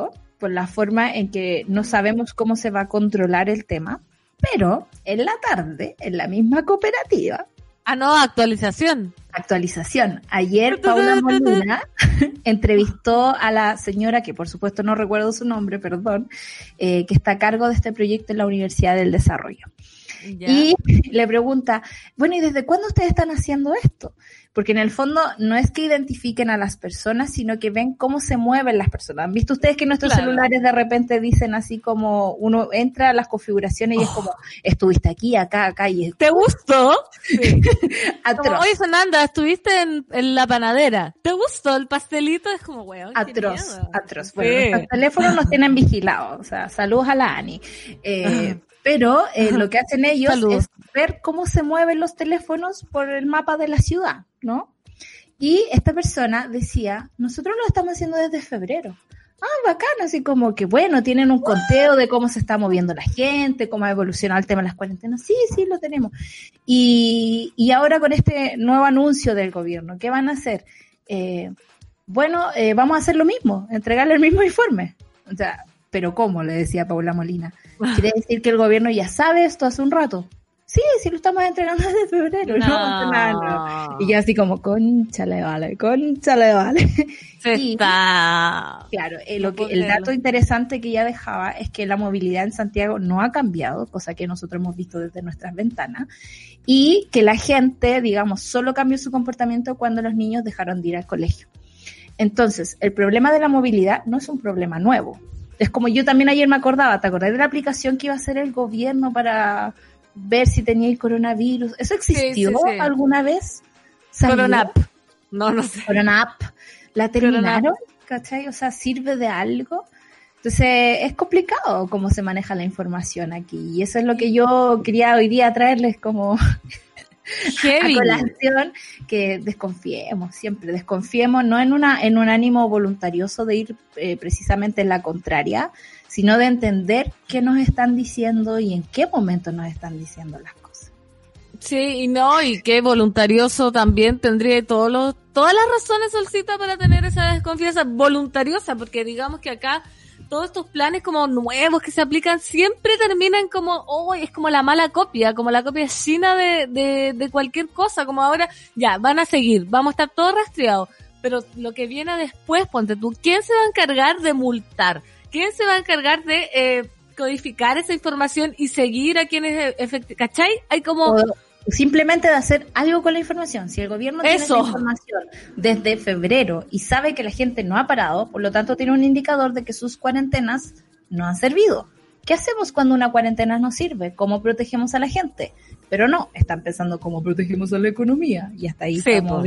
S2: por la forma en que no sabemos cómo se va a controlar el tema, pero en la tarde, en la misma cooperativa...
S3: Actualización.
S2: Ayer Paula Molina entrevistó a la señora, que por supuesto no recuerdo su nombre, perdón, que está a cargo de este proyecto en la Universidad del Desarrollo. Ya. Y le pregunta, bueno, ¿y desde cuándo ustedes están haciendo esto? Porque en el fondo no es que identifiquen a las personas, sino que ven cómo se mueven las personas. ¿Han visto ustedes que nuestros celulares de repente dicen así como, uno entra a las configuraciones y es como, estuviste aquí, acá, y es...
S3: ¿Te gustó?
S2: Sí.
S3: Como, oye, Fernanda, estuviste en la panadera. ¿Te gustó el pastelito? Es como, weón,
S2: atroz. Bueno, los teléfonos nos tienen vigilados. O sea, saludos a la Ani. Pero lo que hacen ellos es ver cómo se mueven los teléfonos por el mapa de la ciudad, ¿no? Y esta persona decía, nosotros lo estamos haciendo desde febrero. Bacán, así como que bueno, tienen un conteo de cómo se está moviendo la gente, cómo ha evolucionado el tema de las cuarentenas. Sí, lo tenemos. Y ahora con este nuevo anuncio del gobierno, ¿qué van a hacer? Vamos a hacer lo mismo, entregarle el mismo informe. O sea, ¿pero cómo? Le decía Paula Molina. ¿Quiere decir que el gobierno ya sabe esto hace un rato? Sí, lo estamos entregando desde febrero. No. Y yo así como, cónchale vale. Claro, el dato interesante que ella dejaba es que la movilidad en Santiago no ha cambiado, cosa que nosotros hemos visto desde nuestras ventanas, y que la gente, digamos, solo cambió su comportamiento cuando los niños dejaron de ir al colegio. Entonces, el problema de la movilidad no es un problema nuevo. Es como yo también ayer me acordaba, ¿te acordás de la aplicación que iba a hacer el gobierno para ver si tenía el coronavirus? ¿Eso existió alguna vez?
S3: Coronap. No sé.
S2: Coronap. ¿La terminaron? ¿Cachai? O sea, ¿sirve de algo? Entonces, es complicado cómo se maneja la información aquí. Y eso es lo que yo quería hoy día traerles como... a colación, que siempre desconfiemos, no en un ánimo voluntarioso de ir precisamente en la contraria, sino de entender qué nos están diciendo y en qué momento nos están diciendo las cosas.
S3: Sí, y qué voluntarioso también tendría todas las razones, Solcita, para tener esa desconfianza voluntariosa, porque digamos que acá todos estos planes como nuevos que se aplican siempre terminan como, es como la mala copia, como la copia china de cualquier cosa, como ahora, ya, van a seguir, vamos a estar todos rastreados, pero lo que viene después, ponte tú, ¿quién se va a encargar de multar? ¿Quién se va a encargar de codificar esa información y seguir a quienes ¿cachai? Hay como...
S2: Simplemente de hacer algo con la información. Si el gobierno tiene esa información desde febrero y sabe que la gente no ha parado, por lo tanto tiene un indicador de que sus cuarentenas no han servido. ¿Qué hacemos cuando una cuarentena no sirve? ¿Cómo protegemos a la gente? Pero no, están pensando cómo protegemos a la economía. Y hasta ahí estamos.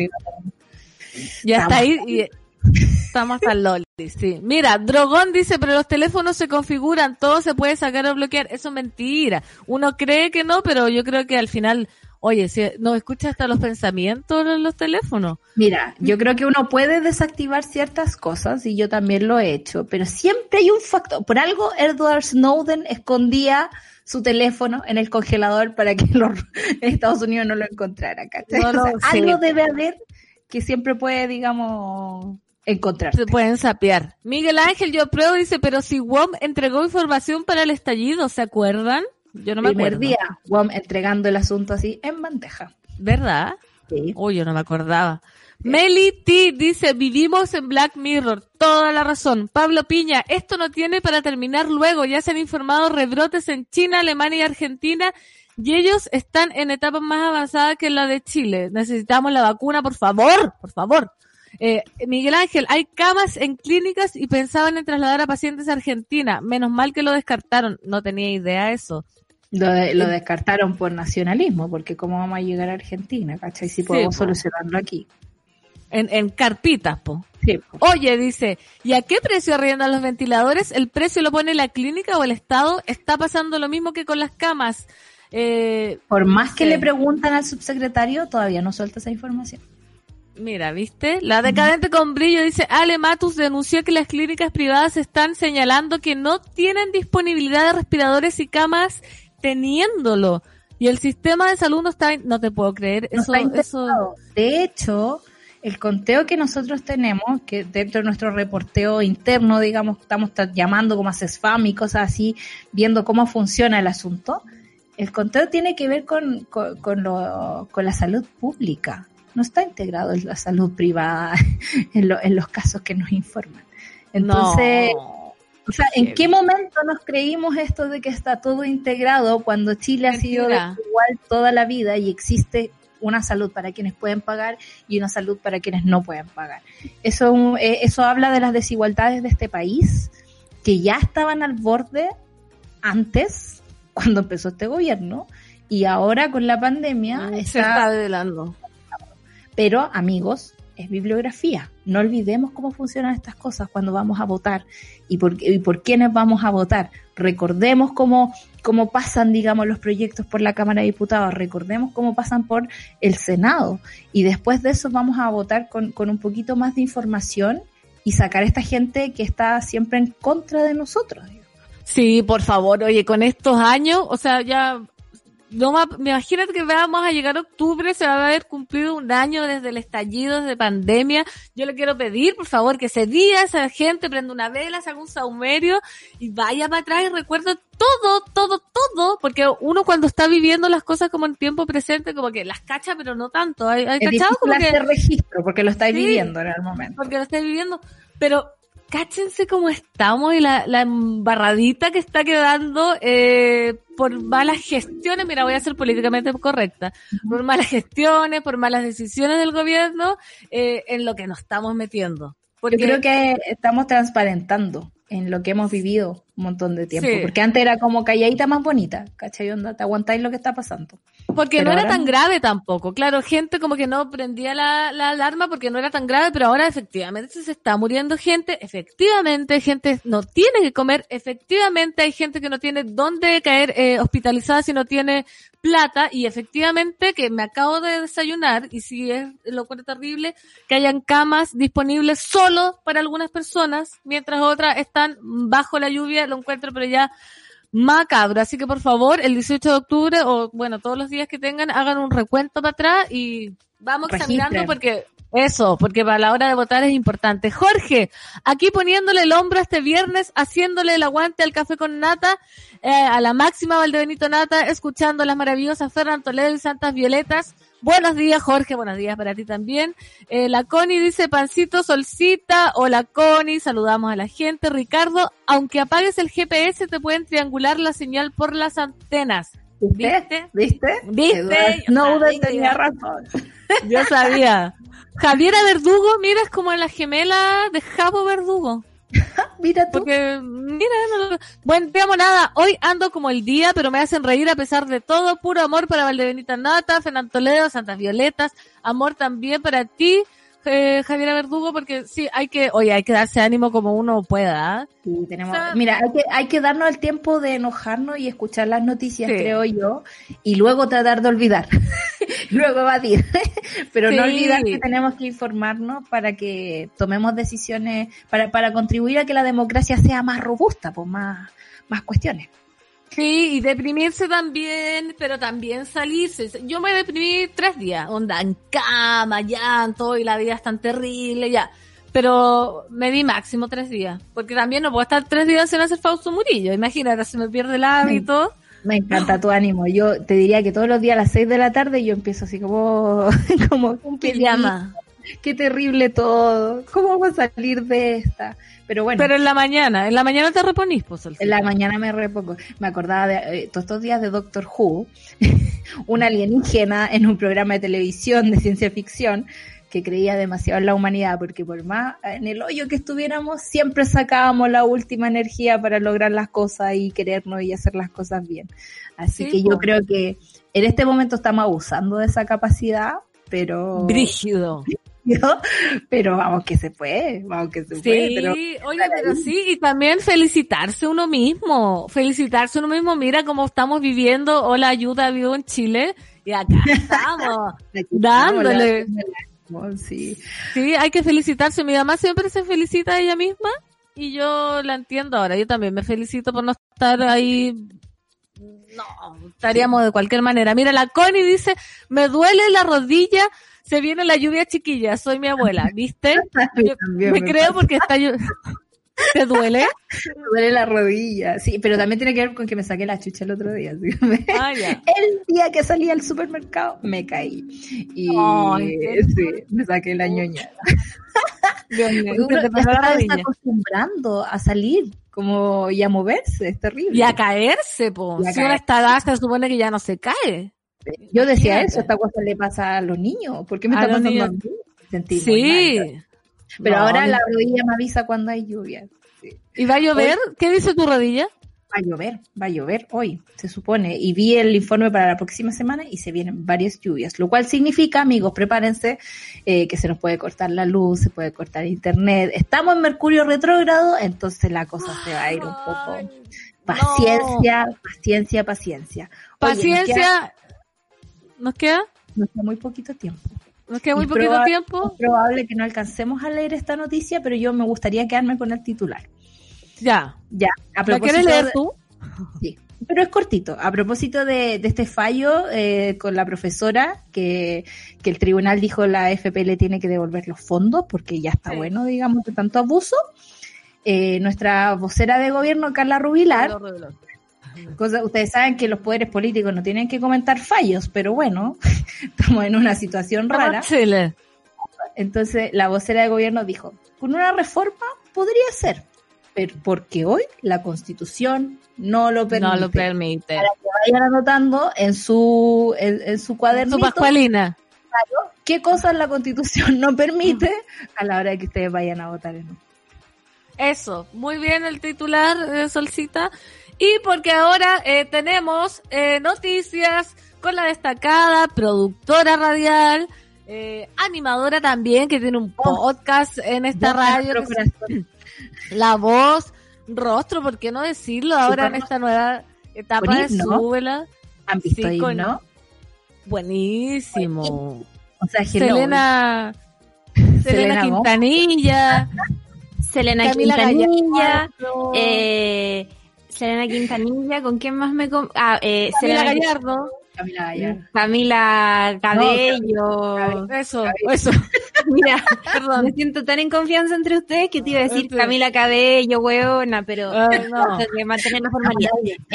S3: Estamos al loli, sí. Mira, Drogón dice, pero los teléfonos se configuran, todo se puede sacar o bloquear. Eso es mentira. Uno cree que no, pero yo creo que al final... Oye, si nos escucha hasta los pensamientos en los teléfonos.
S2: Mira, yo creo que uno puede desactivar ciertas cosas y yo también lo he hecho, pero siempre hay un factor. Por algo Edward Snowden escondía su teléfono en el congelador para que Estados Unidos no lo encontrara. Algo debe haber que siempre puede, digamos, encontrar.
S3: Se pueden sapear. Miguel Ángel, yo apruebo, dice, pero si WOM entregó información para el estallido, ¿se acuerdan? Yo no me acuerdo.
S2: Primer día, WOM entregando el asunto así en bandeja.
S3: ¿Verdad?
S2: Sí.
S3: Uy, yo no me acordaba. Sí. Meli T dice, vivimos en Black Mirror. Toda la razón. Pablo Piña, esto no tiene para terminar luego. Ya se han informado rebrotes en China, Alemania y Argentina y ellos están en etapas más avanzadas que la de Chile. Necesitamos la vacuna, por favor, por favor. Miguel Ángel, hay camas en clínicas y pensaban en trasladar a pacientes a Argentina. Menos mal que lo descartaron. No tenía idea de eso.
S2: Lo descartaron por nacionalismo, porque cómo vamos a llegar a Argentina, ¿cachai? Si podemos solucionarlo aquí.
S3: En carpitas, po.
S2: Sí, po.
S3: Oye, dice, ¿y a qué precio arriendan los ventiladores? ¿El precio lo pone la clínica o el Estado? ¿Está pasando lo mismo que con las camas?
S2: Por más que le preguntan al subsecretario, todavía no suelta esa información.
S3: Mira, ¿viste? La decadente con brillo dice, Ale Matus denunció que las clínicas privadas están señalando que no tienen disponibilidad de respiradores y camas teniéndolo. Y el sistema de salud no está... No te puedo creer.
S2: No está interesado. De hecho, el conteo que nosotros tenemos, que dentro de nuestro reporteo interno, digamos, estamos llamando como a CESFAM y cosas así, viendo cómo funciona el asunto, el conteo tiene que ver con la salud pública. No está integrado en la salud privada en los casos que nos informan. Entonces, o sea, ¿en qué momento nos creímos esto de que está todo integrado cuando Chile ha sido igual toda la vida y existe una salud para quienes pueden pagar y una salud para quienes no pueden pagar? Eso habla de las desigualdades de este país, que ya estaban al borde antes, cuando empezó este gobierno, y ahora con la pandemia
S3: se está develando.
S2: Pero, amigos, es bibliografía. No olvidemos cómo funcionan estas cosas cuando vamos a votar y por quiénes vamos a votar. Recordemos cómo pasan, digamos, los proyectos por la Cámara de Diputados. Recordemos cómo pasan por el Senado. Y después de eso vamos a votar con un poquito más de información y sacar a esta gente que está siempre en contra de nosotros.
S3: Sí, por favor. Oye, con estos años, o sea, ya... No, me imagino que vamos a llegar a octubre, se va a haber cumplido un año desde el estallido de pandemia. Yo le quiero pedir, por favor, que ese día esa gente prenda una vela, se haga un saumerio y vaya para atrás y recuerde todo, porque uno cuando está viviendo las cosas como en tiempo presente, como que las cacha, pero no tanto. ¿Hay cachado? Como que
S2: hacer registro, porque lo estáis viviendo en el momento.
S3: Porque lo estáis viviendo, pero... Cáchense cómo estamos y la embarradita que está quedando por malas gestiones. Mira, voy a ser políticamente correcta. Por malas gestiones, por malas decisiones del gobierno, en lo que nos estamos metiendo.
S2: Porque... Yo creo que estamos transparentando en lo que hemos vivido un montón de tiempo. Sí. Porque antes era como calladita más bonita, ¿cachai? Onda, te aguantáis lo que está pasando.
S3: Porque pero no era tan grave tampoco. Claro, gente como que no prendía la alarma porque no era tan grave, pero ahora efectivamente se está muriendo gente, efectivamente gente no tiene que comer, efectivamente hay gente que no tiene dónde caer hospitalizada si no tiene plata, y efectivamente que me acabo de desayunar, y si es lo cual es terrible, que hayan camas disponibles solo para algunas personas, mientras otras están bajo la lluvia, lo encuentro pero ya macabro. Así que por favor, el 18 de octubre, o bueno, todos los días que tengan, hagan un recuento para atrás y vamos examinando porque para la hora de votar es importante. Jorge, aquí poniéndole el hombro este viernes, haciéndole el aguante al café con nata, a la máxima Valdebenito Nata, escuchando las maravillosas Ferran Toledo y Santas Violetas. Buenos días, Jorge, buenos días para ti también. La Connie dice, pancito, solcita. Hola, Connie, saludamos a la gente. Ricardo, aunque apagues el GPS, te pueden triangular la señal por las antenas. ¿Viste?
S2: No, tenía razón.
S3: Yo sabía. Javiera Verdugo, mira, es como la gemela de Jabo Verdugo.
S2: Mira tú.
S3: Porque, mira, bueno, digamos nada, hoy ando como el día, pero me hacen reír a pesar de todo. Puro amor para Valdebenita Nata, Fernando Toledo, Santas Violetas. Amor también para ti, Javiera Verdugo, porque sí, hay que darse ánimo como uno pueda.
S2: Sí, mira, hay que darnos el tiempo de enojarnos y escuchar las noticias, creo yo, y luego tratar de olvidar, luego evadir, pero no olvidar que tenemos que informarnos para que tomemos decisiones, para contribuir a que la democracia sea más robusta, pues más cuestiones.
S3: Sí, y deprimirse también, pero también salirse. Yo me deprimí 3 días, onda, en cama, llanto, y la vida es tan terrible, ya. Pero me di máximo 3 días, porque también no puedo estar 3 días sin hacer Fausto Murillo. Imagínate, se me pierde el hábito.
S2: Me encanta tu ánimo. Yo te diría que todos los días a las 6 de la tarde yo empiezo así como
S3: un pijama.
S2: Qué terrible todo. ¿Cómo vamos a salir de esta? Pero bueno.
S3: Pero en la mañana te reponís, pues.
S2: En la mañana me repongo. Me acordaba de todos estos días de Doctor Who, una alienígena en un programa de televisión de ciencia ficción que creía demasiado en la humanidad, porque por más en el hoyo que estuviéramos, siempre sacábamos la última energía para lograr las cosas y querernos y hacer las cosas bien. Así que yo creo que en este momento estamos abusando de esa capacidad, pero...
S3: Brígido.
S2: Pero vamos que se puede,
S3: Sí, pero... oye, pero sí, y también felicitarse uno mismo, mira cómo estamos viviendo, hola, ayuda, vivo en Chile, y acá estamos, dándole. Sí, hay que felicitarse, mi mamá siempre se felicita a ella misma, y yo la entiendo ahora, yo también me felicito por no estar ahí. No, estaríamos de cualquier manera. Mira, la Connie dice, me duele la rodilla se viene la lluvia, chiquilla, soy mi abuela, ¿viste? Yo
S2: También
S3: me creo
S2: pasa.
S3: porque está ¿Te duele?
S2: Me duele la rodilla, sí, pero también tiene que ver con que me saqué la chucha el otro día. Así que
S3: Ah, ya.
S2: el día que salí al supermercado me caí. Y
S3: Ay, qué
S2: sí, me saqué la ñoña.
S3: Dios mío,
S2: Porque uno
S3: se te
S2: ya
S3: pasó
S2: se
S3: la
S2: está
S3: rodilla.
S2: desacostumbrando a salir como y a moverse, es terrible.
S3: Y a caerse, po.
S2: Y a
S3: Si una
S2: caer.
S3: está dada, se supone que ya no se cae.
S2: Yo decía
S3: Imagínate.
S2: eso, esta cosa le pasa a los niños. ¿Por qué me
S3: A
S2: está
S3: los
S2: pasando a
S3: niños.
S2: mí? Sentí muy mal.
S3: Sí.
S2: Pero
S3: No,
S2: ahora la rodilla me avisa cuando hay lluvia. Sí.
S3: ¿Y va a llover? ¿Qué dice tu rodilla?
S2: Va a llover hoy, se supone. Y vi el informe para la próxima semana y se vienen varias lluvias. Lo cual significa, amigos, prepárense, que se nos puede cortar la luz, se puede cortar internet. Estamos en Mercurio retrógrado, entonces la cosa se va a ir un poco.
S3: Ay,
S2: Paciencia, paciencia, paciencia. Oye,
S3: Paciencia. ¿Nos queda?
S2: nos queda muy poquito tiempo.
S3: Nos queda muy
S2: Y
S3: poquito tiempo.
S2: Es probable que no alcancemos a leer esta noticia, pero yo me gustaría quedarme con el titular.
S3: Ya.
S2: Ya, a
S3: ¿Lo
S2: propósito
S3: quieres leer
S2: de-
S3: tú?
S2: Sí, pero es cortito. A propósito de este fallo con la profesora, que el tribunal dijo la FP le tiene que devolver los fondos porque ya está
S3: Sí.
S2: bueno, digamos, de tanto abuso. Nuestra vocera de gobierno, Carla Rubilar, ustedes saben que los poderes políticos no tienen que comentar fallos, pero bueno, estamos en una situación rara.
S3: Chile.
S2: Entonces la vocera de gobierno dijo, con una reforma podría ser, pero porque hoy la Constitución no lo permite.
S3: No lo permite.
S2: Para que vayan anotando en su cuadernito
S3: Su Pascualina.
S2: qué cosas la Constitución no permite a la hora de que ustedes vayan a votar en.
S3: Eso, muy bien el titular, Solcita. Y porque ahora tenemos noticias con la destacada productora radial, animadora también, que tiene un podcast en esta radio.
S2: Nuestro
S3: que se-
S2: corazón.
S3: La voz, rostro, ¿por qué no decirlo ahora en esta nueva etapa
S2: Con
S3: de
S2: himno.
S3: Súbela?
S2: ¿Han visto
S3: Sí, con-
S2: himno?
S3: Buenísimo.
S2: O sea, hello.
S3: Selena
S2: Selena Gómez.
S3: Quintanilla,
S5: Selena
S3: Camila
S5: Quintanilla,
S3: Gallardo,
S5: Selena Quintanilla, ¿con quién más me
S3: Camila
S5: Selena
S3: Gallardo.
S2: Camila Gallardo.
S5: Camila Cabello.
S3: Eso.
S5: Mira,
S3: Perdón.
S5: me siento tan en confianza entre ustedes que te iba a decir
S3: Sí.
S5: Camila Cabello, huevona, pero
S3: No.
S5: tengo que mantener la formalidad.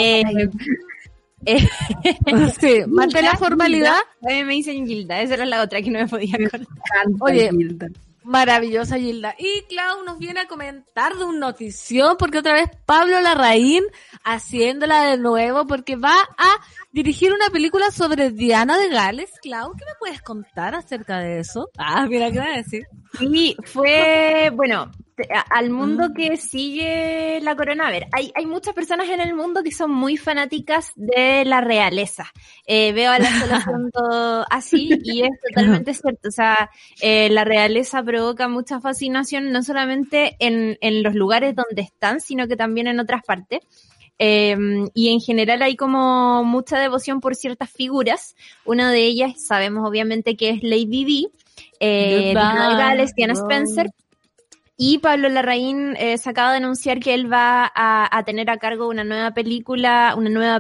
S3: Sí, mantén la formalidad.
S5: A mí me dicen Gilda, esa era la otra que no me podía acordar.
S3: Oye,
S2: Gilda.
S3: Maravillosa, Gilda. Y Clau nos viene a comentar de un notición, porque otra vez Pablo Larraín haciéndola de nuevo, porque va a dirigir una película sobre Diana de Gales. Clau, ¿qué me puedes contar acerca de eso? Ah, mira, ¿qué va a decir?
S5: Y fue, bueno, al mundo que sigue la corona. A ver, hay muchas personas en el mundo que son muy fanáticas de la realeza. Veo a la Solación todo así y es totalmente cierto. O sea, la realeza provoca mucha fascinación no solamente en los lugares donde están, sino que también en otras partes. Y en general hay como mucha devoción por ciertas figuras. Una de ellas sabemos obviamente que es Lady Di, Diana de Gales, Diana Spencer. Y Pablo Larraín se acaba de anunciar que él va a tener a cargo una nueva película,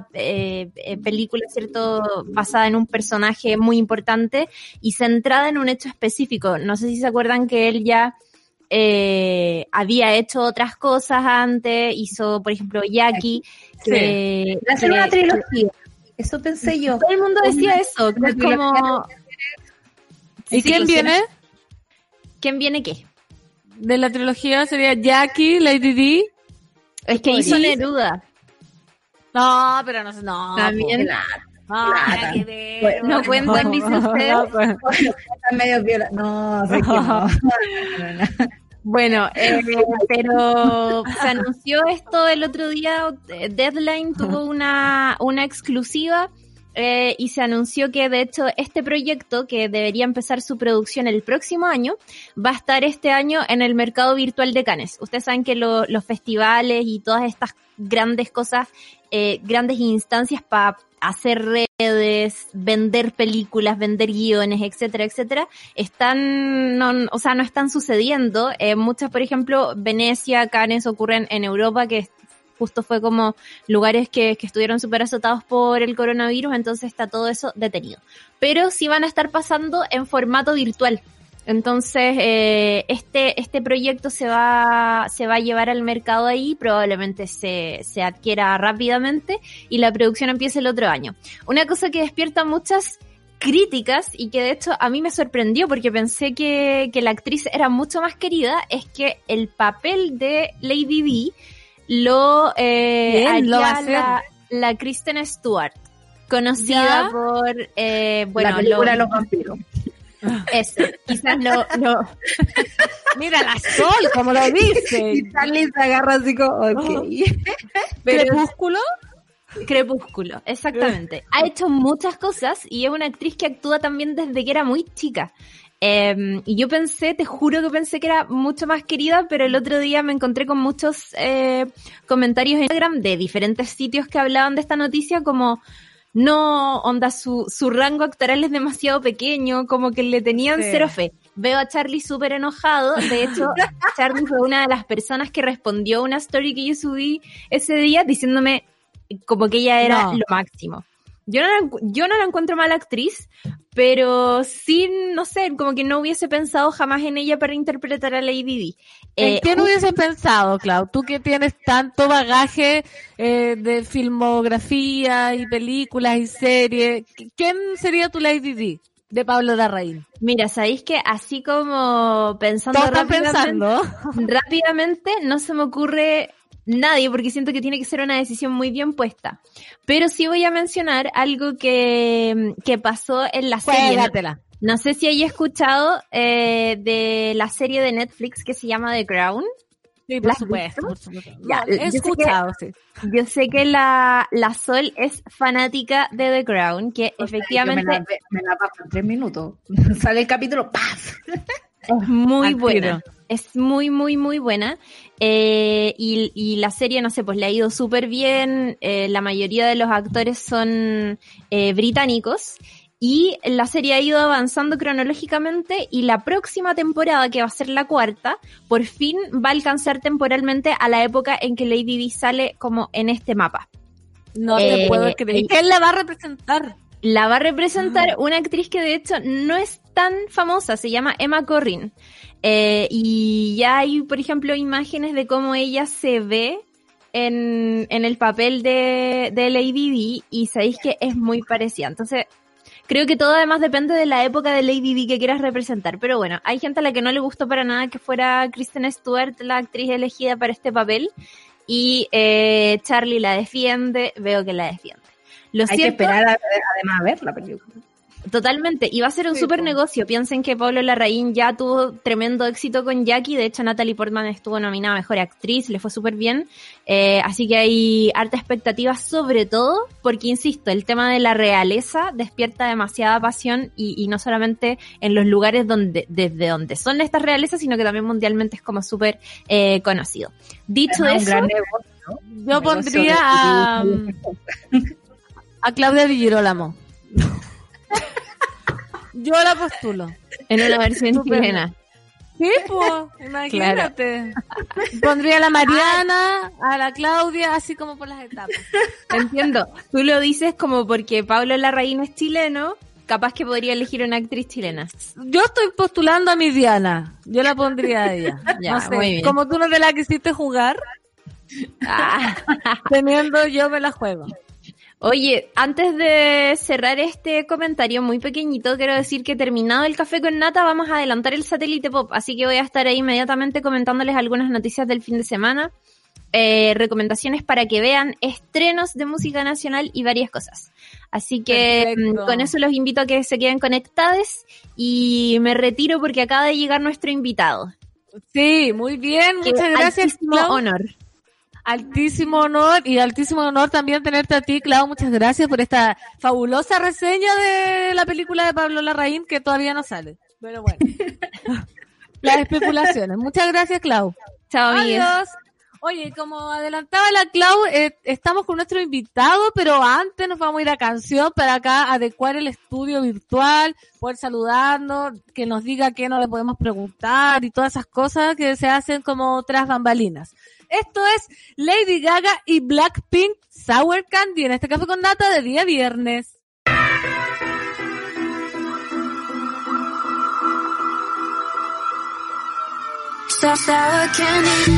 S5: ¿cierto? Basada en un personaje muy importante y centrada en un hecho específico. No sé si se acuerdan que él ya había hecho otras cosas antes, hizo, por ejemplo, Jackie. Que
S2: hacer una trilogía. Eso pensé yo.
S5: todo el mundo decía eso, que es como...
S3: ¿Y
S5: Sí,
S3: quién
S5: o sea,
S3: viene?
S5: ¿Quién viene qué?
S3: De la trilogía sería Jackie, Lady Di.
S5: Es que hizo Neruda.
S3: No, pero no sé, no.
S5: También.
S3: Nada que ver.
S2: Bueno,
S5: no cuentan, dice usted.
S3: No, pues.
S2: Está medio viola. No, sé que no.
S5: Bueno, pero se anunció esto el otro día, Deadline tuvo una exclusiva y se anunció que de hecho este proyecto, que debería empezar su producción el próximo año, va a estar este año en el mercado virtual de Cannes. Ustedes saben que los festivales y todas estas grandes cosas, grandes instancias para hacer redes, vender películas, vender guiones, etcétera, etcétera, no están sucediendo. Muchas, por ejemplo, Venecia, Cannes ocurren en Europa, que justo fue como lugares que estuvieron súper azotados por el coronavirus, entonces está todo eso detenido. Pero sí van a estar pasando en formato virtual. Entonces, este proyecto se va a llevar al mercado ahí, probablemente se adquiera rápidamente y la producción empiece el otro año. Una cosa que despierta muchas críticas y que de hecho a mí me sorprendió porque pensé que la actriz era mucho más querida, es que el papel de Lady Di lo haría
S3: lo va a hacer.
S5: la Kristen Stewart, conocida por
S2: la película de los vampiros.
S5: eso, quizás no.
S3: Mira la Sol, como lo dice.
S2: Y Charlie se agarra así como, ok.
S5: Pero
S3: Crepúsculo.
S5: Exactamente. Ha hecho muchas cosas y es una actriz que actúa también desde que era muy chica. Y yo te juro que pensé que era mucho más querida, pero el otro día me encontré con muchos comentarios en Instagram de diferentes sitios que hablaban de esta noticia como... No, onda, su rango actoral es demasiado pequeño, como que le tenían cero fe. Veo a Charlie súper enojado. De hecho, Charlie fue una de las personas que respondió a una story que yo subí ese día diciéndome como que ella era lo máximo. Yo no la encuentro mala actriz, pero sí, no sé, como que no hubiese pensado jamás en ella para interpretar a Lady Di.
S3: ¿En quién hubiese pensado, Clau? Tú que tienes tanto bagaje de filmografía y películas y series, ¿quién sería tu Lady Di de Pablo Larraín?
S5: Mira, sabéis que así como pensando rápidamente, no se me ocurre nadie, porque siento que tiene que ser una decisión muy bien puesta. Pero sí voy a mencionar algo que pasó en la serie.
S3: Juégatela.
S5: No sé si hayas escuchado de la serie de Netflix que se llama The Crown.
S3: Sí, por supuesto.
S5: Ya,
S3: he escuchado, sí.
S5: Yo sé que la Sol es fanática de The Crown, que efectivamente...
S2: Me la paso en 3 minutos. Sale el capítulo, ¡paz!
S5: Es muy
S3: Al
S5: buena.
S3: tiro.
S5: Es muy, muy, muy buena. Y la serie, no sé, pues le ha ido súper bien. La mayoría de los actores son británicos. Y la serie ha ido avanzando cronológicamente y la próxima temporada, que va a ser la 4ª, por fin va a alcanzar temporalmente a la época en que Lady Di sale como en este mapa.
S3: No te puedo creer. ¿Quién la va a representar?
S5: La va a representar una actriz que de hecho no es tan famosa, se llama Emma Corrin. Y ya hay, por ejemplo, imágenes de cómo ella se ve en el papel de Lady Di y sabéis que es muy parecida. Entonces, creo que todo además depende de la época de Lady Di que quieras representar. Pero bueno, hay gente a la que no le gustó para nada que fuera Kristen Stewart la actriz elegida para este papel. Y Charlie la defiende, veo que la defiende.
S2: Hay que esperar además a ver la película.
S5: Totalmente, y va a ser un súper negocio. Piensen que Pablo Larraín ya tuvo tremendo éxito con Jackie. De hecho, Natalie Portman estuvo nominada a Mejor Actriz, le fue súper bien. Así que hay harta expectativa, sobre todo porque, insisto, el tema de la realeza despierta demasiada pasión y no solamente en los lugares desde donde son estas realezas, sino que también mundialmente es como súper conocido. Dicho eso,
S2: gran negocio, ¿no?
S3: Yo pondría a Claudia Di Girolamo. Yo la postulo.
S5: en una versión chilena.
S3: Sí, pues, imagínate. Pondría a la Mariana, a la Claudia, así como por las etapas.
S5: Entiendo. Tú lo dices como porque Pablo Larraín es chileno, capaz que podría elegir una actriz chilena.
S3: Yo estoy postulando a mi Diana. Yo la pondría a ella.
S5: Ya,
S3: no sé,
S5: muy bien.
S3: como tú no te la quisiste jugar, teniendo yo me la juego.
S5: Oye, antes de cerrar este comentario muy pequeñito, quiero decir que terminado el café con nata, vamos a adelantar el satélite pop, así que voy a estar ahí inmediatamente comentándoles algunas noticias del fin de semana, recomendaciones para que vean, estrenos de música nacional y varias cosas. Así que con eso los invito a que se queden conectados y me retiro porque acaba de llegar nuestro invitado.
S3: Sí, muy bien, muchas gracias, Clau.
S5: Honor.
S3: Altísimo honor y altísimo honor también tenerte a ti, Clau. Muchas gracias por esta fabulosa reseña de la película de Pablo Larraín que todavía no sale. Pero bueno, las especulaciones. Muchas gracias, Clau.
S5: Chao, amigos.
S3: Adiós. Oye, como adelantaba la Clau, estamos con nuestro invitado, pero antes nos vamos a ir a canción para acá adecuar el estudio virtual, poder saludarnos, que nos diga qué no le podemos preguntar y todas esas cosas que se hacen como tras bambalinas. Esto es Lady Gaga y Blackpink Sour Candy en este Café con Nata de día viernes.
S4: Sour candy.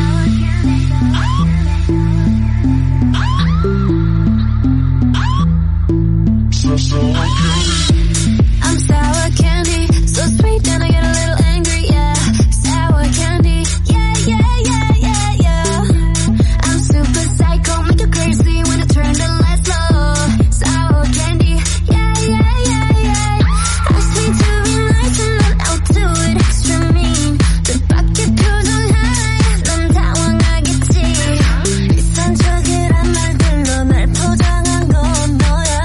S4: I'm sour candy, so sweet and I get a little angry, yeah. Sour candy, yeah, yeah, yeah, yeah, yeah. I'm super psycho, make you crazy when I turn the lights low. Sour candy, yeah, yeah, yeah, yeah. Ask me to be nice and then I'll do it extra mean. The bucket goes on high, 넌 당황하겠지. 이상적이란 말들로 날 포장한 건 너야.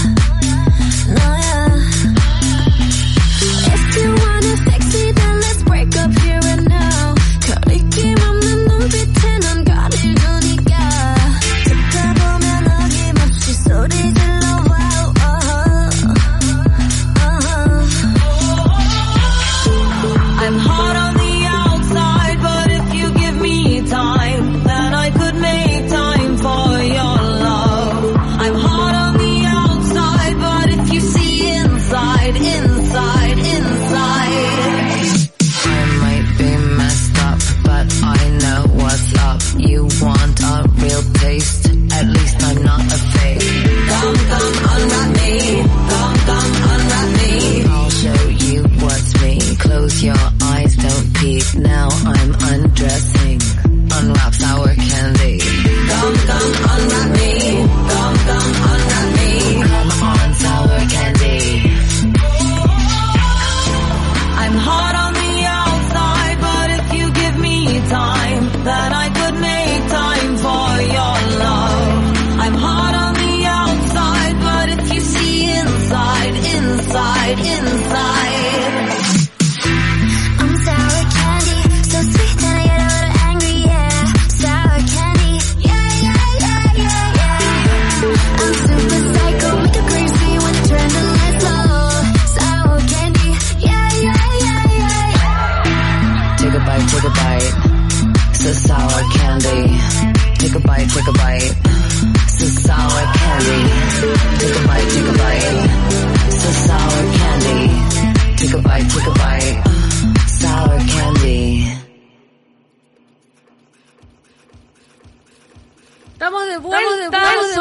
S3: Estamos de vuelta,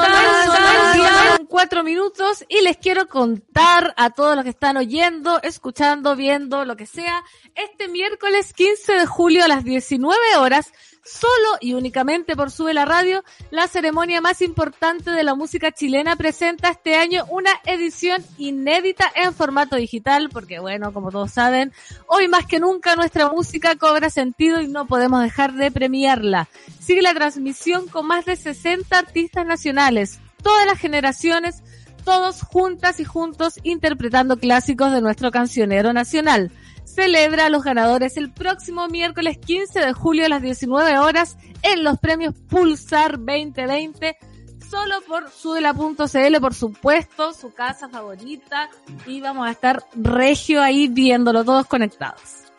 S3: son 4 minutos y les quiero contar a todos los que están oyendo, escuchando, viendo, lo que sea, este miércoles 15 de julio a las 19 horas, solo y únicamente por Sube la Radio, la ceremonia más importante de la música chilena presenta este año una edición inédita en formato digital, porque bueno, como todos saben, hoy más que nunca nuestra música cobra sentido y no podemos dejar de premiarla. Sigue la transmisión con más de 60 artistas nacionales, todas las generaciones, todos juntas y juntos interpretando clásicos de nuestro cancionero nacional. Celebra a los ganadores el próximo miércoles 15 de julio a las 19 horas en los premios Pulsar 2020, solo por sudela.cl, por supuesto, su casa favorita, y vamos a estar regio ahí viéndolo todos conectados.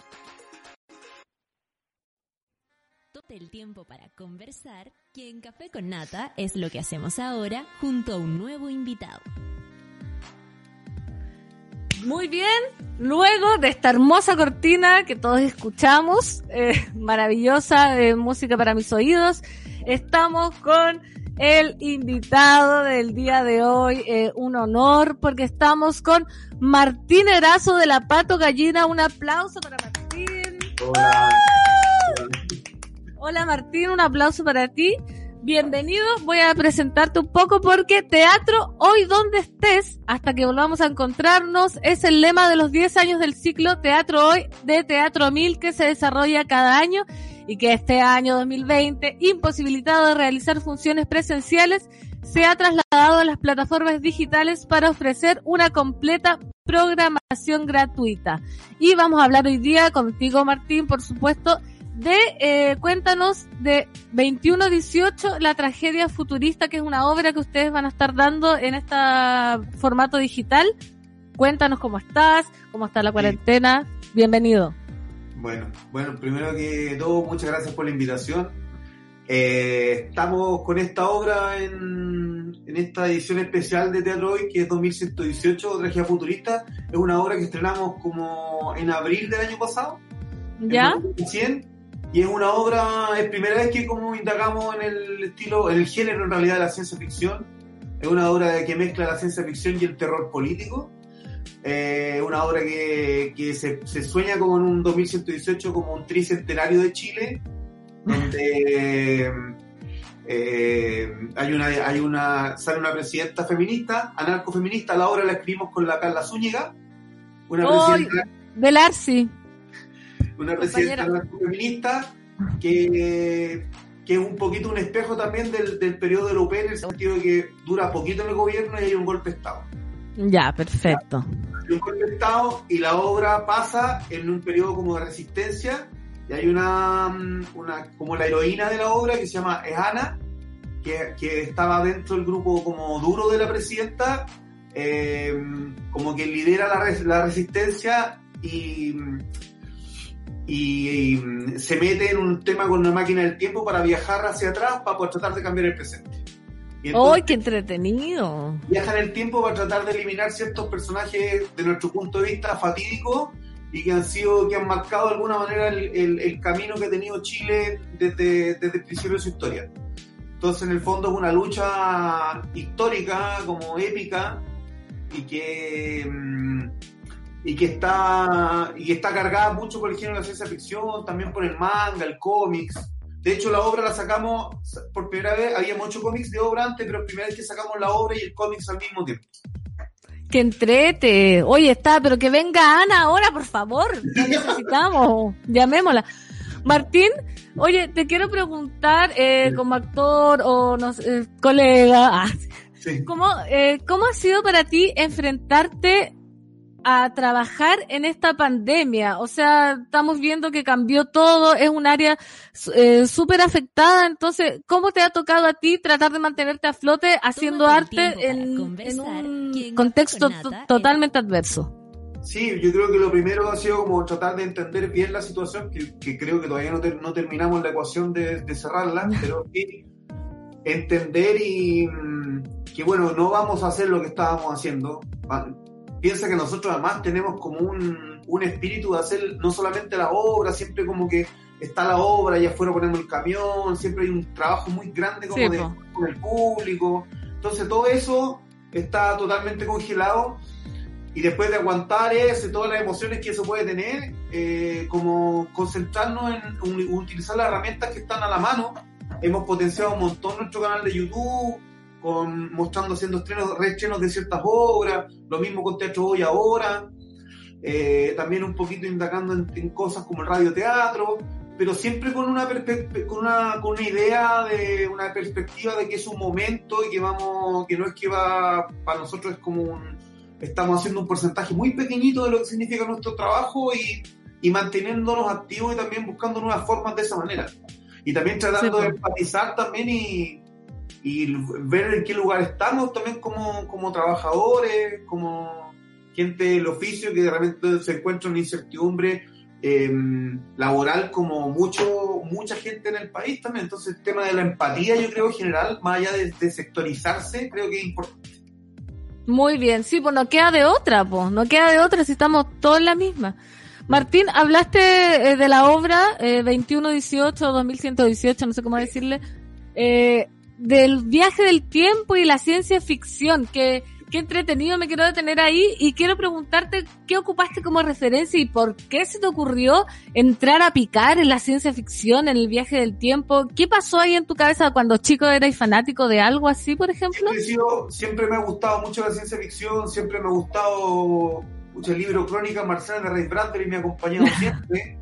S1: El tiempo para conversar, que en Café con Nata es lo que hacemos ahora junto a un nuevo invitado.
S3: Muy bien, luego de esta hermosa cortina que todos escuchamos, maravillosa música para mis oídos, estamos con el invitado del día de hoy, un honor porque estamos con Martín Erazo de la Pato Gallina. Un aplauso para Martín.
S6: Hola.
S3: Hola Martín, un aplauso para ti. Bienvenido, voy a presentarte un poco porque teatro hoy donde estés, hasta que volvamos a encontrarnos, es el lema de los 10 años del ciclo Teatro Hoy de Teatro 1000 que se desarrolla cada año y que este año 2020, imposibilitado de realizar funciones presenciales, se ha trasladado a las plataformas digitales para ofrecer una completa programación gratuita. Y vamos a hablar hoy día contigo, Martín, por supuesto, cuéntanos de 2118, la tragedia futurista, que es una obra que ustedes van a estar dando en este formato digital. Cuéntanos cómo estás, cómo está la cuarentena. Bienvenido.
S6: Bueno, primero que todo, muchas gracias por la invitación. Estamos con esta obra en esta edición especial de Teatro Hoy, que es 2118, Tragedia Futurista. Es una obra que estrenamos como en abril del año pasado.
S3: ¿Ya?
S6: Y es una obra, es primera vez que como indagamos en el estilo, en el género en realidad de la ciencia ficción. Es una obra que mezcla la ciencia ficción y el terror político. Una obra que se sueña como en un 2118 como un tricentenario de Chile, donde sale una presidenta feminista, anarcofeminista. La obra la escribimos con la Carla Zúñiga, una presidenta
S3: del Arci,
S6: una presidenta anarcofeminista que es un poquito un espejo también del periodo europeo, en el sentido de que dura poquito en el gobierno y hay un golpe de Estado.
S3: Ya, perfecto.
S6: Hay un golpe de Estado y la obra pasa en un periodo como de resistencia, y hay una como la heroína de la obra que se llama Ana, que estaba dentro del grupo como duro de la presidenta, como que lidera la resistencia y se mete en un tema con una máquina del tiempo para viajar hacia atrás para poder tratar de cambiar el presente.
S3: ¡Ay, qué entretenido!
S6: Viaja en el tiempo para tratar de eliminar ciertos personajes de nuestro punto de vista fatídicos y que han marcado de alguna manera el camino que ha tenido Chile desde el principio de su historia. Entonces, en el fondo es una lucha histórica, como épica, y que está cargada mucho por el género de la ciencia ficción, también por el manga, el cómics. De hecho, la obra la sacamos por primera vez, habíamos hecho cómics de obra antes, pero es primera vez que sacamos la obra y el cómics al mismo tiempo.
S3: ¡Qué entrete! Oye, pero que venga Ana ahora, por favor. La necesitamos. Llamémosla. Martín, oye, te quiero preguntar, como actor o colega,
S6: Sí.
S3: ¿cómo ha sido para ti enfrentarte a trabajar en esta pandemia? O sea, estamos viendo que cambió todo, es un área súper afectada. Entonces, ¿cómo te ha tocado a ti tratar de mantenerte a flote haciendo arte en un contexto totalmente adverso?
S6: Sí, yo creo que lo primero ha sido como tratar de entender bien la situación, que creo que todavía no terminamos la ecuación de cerrarla, pero sí entender y que bueno, no vamos a hacer lo que estábamos haciendo. Piensa que nosotros además tenemos como un espíritu de hacer no solamente la obra, siempre como que está la obra y afuera ponemos el camión, siempre hay un trabajo muy grande como con el público. Entonces todo eso está totalmente congelado, y después de aguantar eso y todas las emociones que eso puede tener, como concentrarnos en utilizar las herramientas que están a la mano. Hemos potenciado un montón nuestro canal de YouTube, haciendo reestrenos de ciertas obras, lo mismo con Teatro Hoy ahora, también un poquito indagando en cosas como el radioteatro, pero siempre con una idea de una perspectiva de que es un momento y que no es que va, para nosotros es como estamos haciendo un porcentaje muy pequeñito de lo que significa nuestro trabajo y manteniéndonos activos y también buscando nuevas formas de esa manera. Y también tratando de empatizar también y ver en qué lugar estamos también como trabajadores, como gente del oficio que de repente se encuentra en incertidumbre laboral como mucha gente en el país también. Entonces el tema de la empatía, yo creo en general, más allá de sectorizarse, creo que es importante.
S3: Muy bien, sí, pues no queda de otra si estamos todos en la misma. Martín, hablaste de la obra 2118 o 2118, no sé cómo decirle, del viaje del tiempo y la ciencia ficción. Qué entretenido, me quiero detener ahí y quiero preguntarte qué ocupaste como referencia y por qué se te ocurrió entrar a picar en la ciencia ficción, en el viaje del tiempo. ¿Qué pasó ahí en tu cabeza cuando chico eras fanático de algo así, por ejemplo?
S6: Siempre me ha gustado mucho la ciencia ficción, siempre me ha gustado mucho el libro Crónicas Marcianas de Ray Bradbury, me ha acompañado siempre.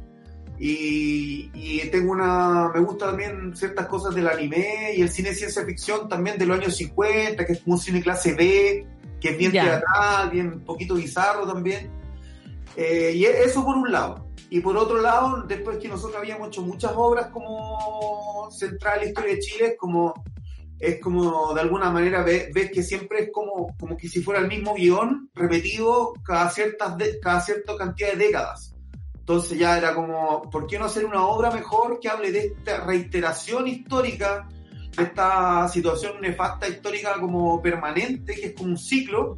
S6: Y me gusta también ciertas cosas del anime y el cine de ciencia ficción también de los años 50, que es como un cine clase B, que es bien teatral, bien un poquito bizarro también. Y eso por un lado. Y por otro lado, después que nosotros habíamos hecho muchas obras como central en la historia de Chile, es como de alguna manera ves que siempre es como que si fuera el mismo guión repetido cada cierta cantidad de décadas. Entonces ya era como, ¿por qué no hacer una obra mejor que hable de esta reiteración histórica, de esta situación nefasta histórica como permanente, que es como un ciclo?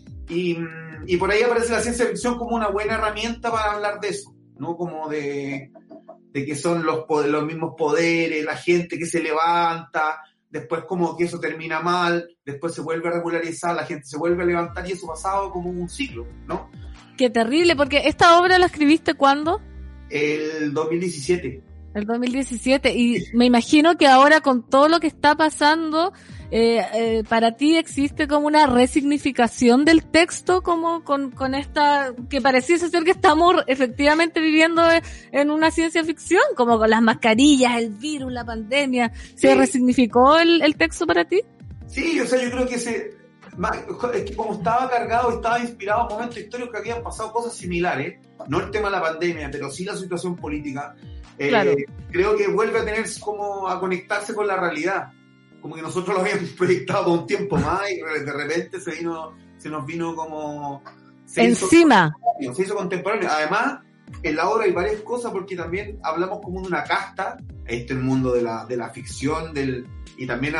S6: Y por ahí aparece la ciencia ficción como una buena herramienta para hablar de eso, ¿no? Como de que son los mismos poderes, la gente que se levanta, después como que eso termina mal, después se vuelve a regularizar, la gente se vuelve a levantar y eso pasado como un ciclo, ¿no?
S3: Qué terrible, porque esta obra la escribiste ¿cuándo?
S6: El 2017.
S3: El 2017, y me imagino que ahora con todo lo que está pasando, para ti existe como una resignificación del texto, como con esta, que pareciese ser que estamos efectivamente viviendo en una ciencia ficción, como con las mascarillas, el virus, la pandemia. ¿Se resignificó el texto para ti?
S6: Sí, o sea, yo creo que es que como estaba cargado, estaba inspirado en momentos históricos que habían pasado cosas similares, no el tema de la pandemia, pero sí la situación política.
S3: Claro.
S6: Creo que vuelve a tener como a conectarse con la realidad, como que nosotros lo habíamos proyectado por un tiempo más y de repente se nos vino como
S3: encima,
S6: se hizo contemporáneo. Además, en la obra hay varias cosas, porque también hablamos como de una casta, el mundo de la ficción, y también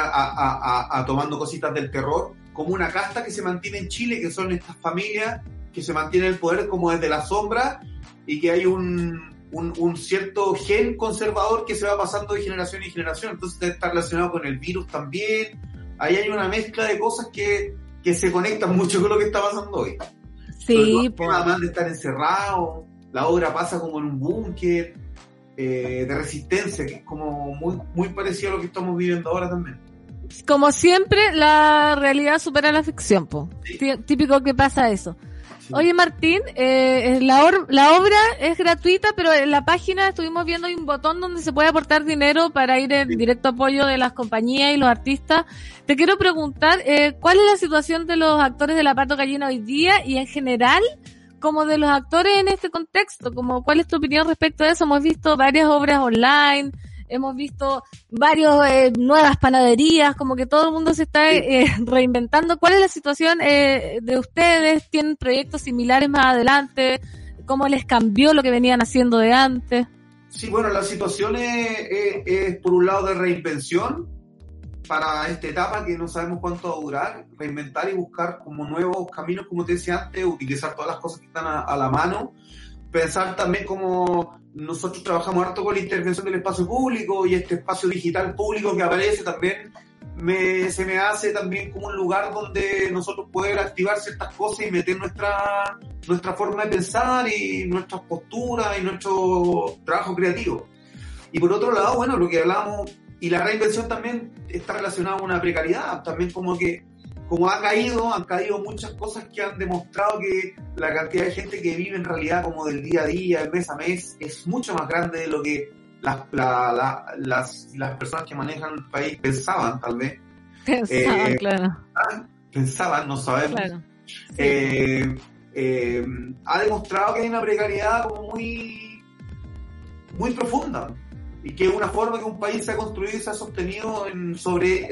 S6: a tomando cositas del terror, como una casta que se mantiene en Chile, que son estas familias que se mantienen el poder como desde la sombra, y que hay un cierto gen conservador que se va pasando de generación en generación. Entonces está relacionado con el virus también. Ahí hay una mezcla de cosas que se conectan mucho con lo que está pasando hoy.
S3: Sí,
S6: pues. Además de estar encerrado, la obra pasa como en un búnker de resistencia, que es como muy, muy parecido a lo que estamos viviendo ahora también.
S3: Como siempre, la realidad supera la ficción, po.
S6: Sí.
S3: Típico que pasa eso.
S6: Sí.
S3: Oye, Martín, la obra es gratuita, pero en la página estuvimos viendo hay un botón donde se puede aportar dinero para ir en directo apoyo de las compañías y los artistas. Te quiero preguntar, ¿cuál es la situación de los actores de La Pato Gallina hoy día y en general, como de los actores en este contexto? Como, ¿cuál es tu opinión respecto a eso? Hemos visto varias obras online, hemos visto varias nuevas panaderías, como que todo el mundo se está reinventando. ¿Cuál es la situación de ustedes? ¿Tienen proyectos similares más adelante? ¿Cómo les cambió lo que venían haciendo de antes?
S6: Sí, bueno, la situación es por un lado de reinvención para esta etapa que no sabemos cuánto va a durar, reinventar y buscar como nuevos caminos, como te decía antes, utilizar todas las cosas que están a la mano, pensar también como nosotros trabajamos harto con la intervención del espacio público y este espacio digital público que aparece también se me hace también como un lugar donde nosotros poder activar ciertas cosas y meter nuestra forma de pensar y nuestras posturas y nuestro trabajo creativo. Y por otro lado, bueno, lo que hablamos, y la reinvención también está relacionada con una precariedad, también como han caído muchas cosas que han demostrado que la cantidad de gente que vive en realidad como del día a día, mes a mes, es mucho más grande de lo que las personas que manejan el país pensaban, tal vez.
S3: Claro.
S6: Pensaban, no sabemos.
S3: Claro. Sí.
S6: Ha demostrado que hay una precariedad como muy, muy profunda. Y que es una forma que un país se ha construido y se ha sostenido sobre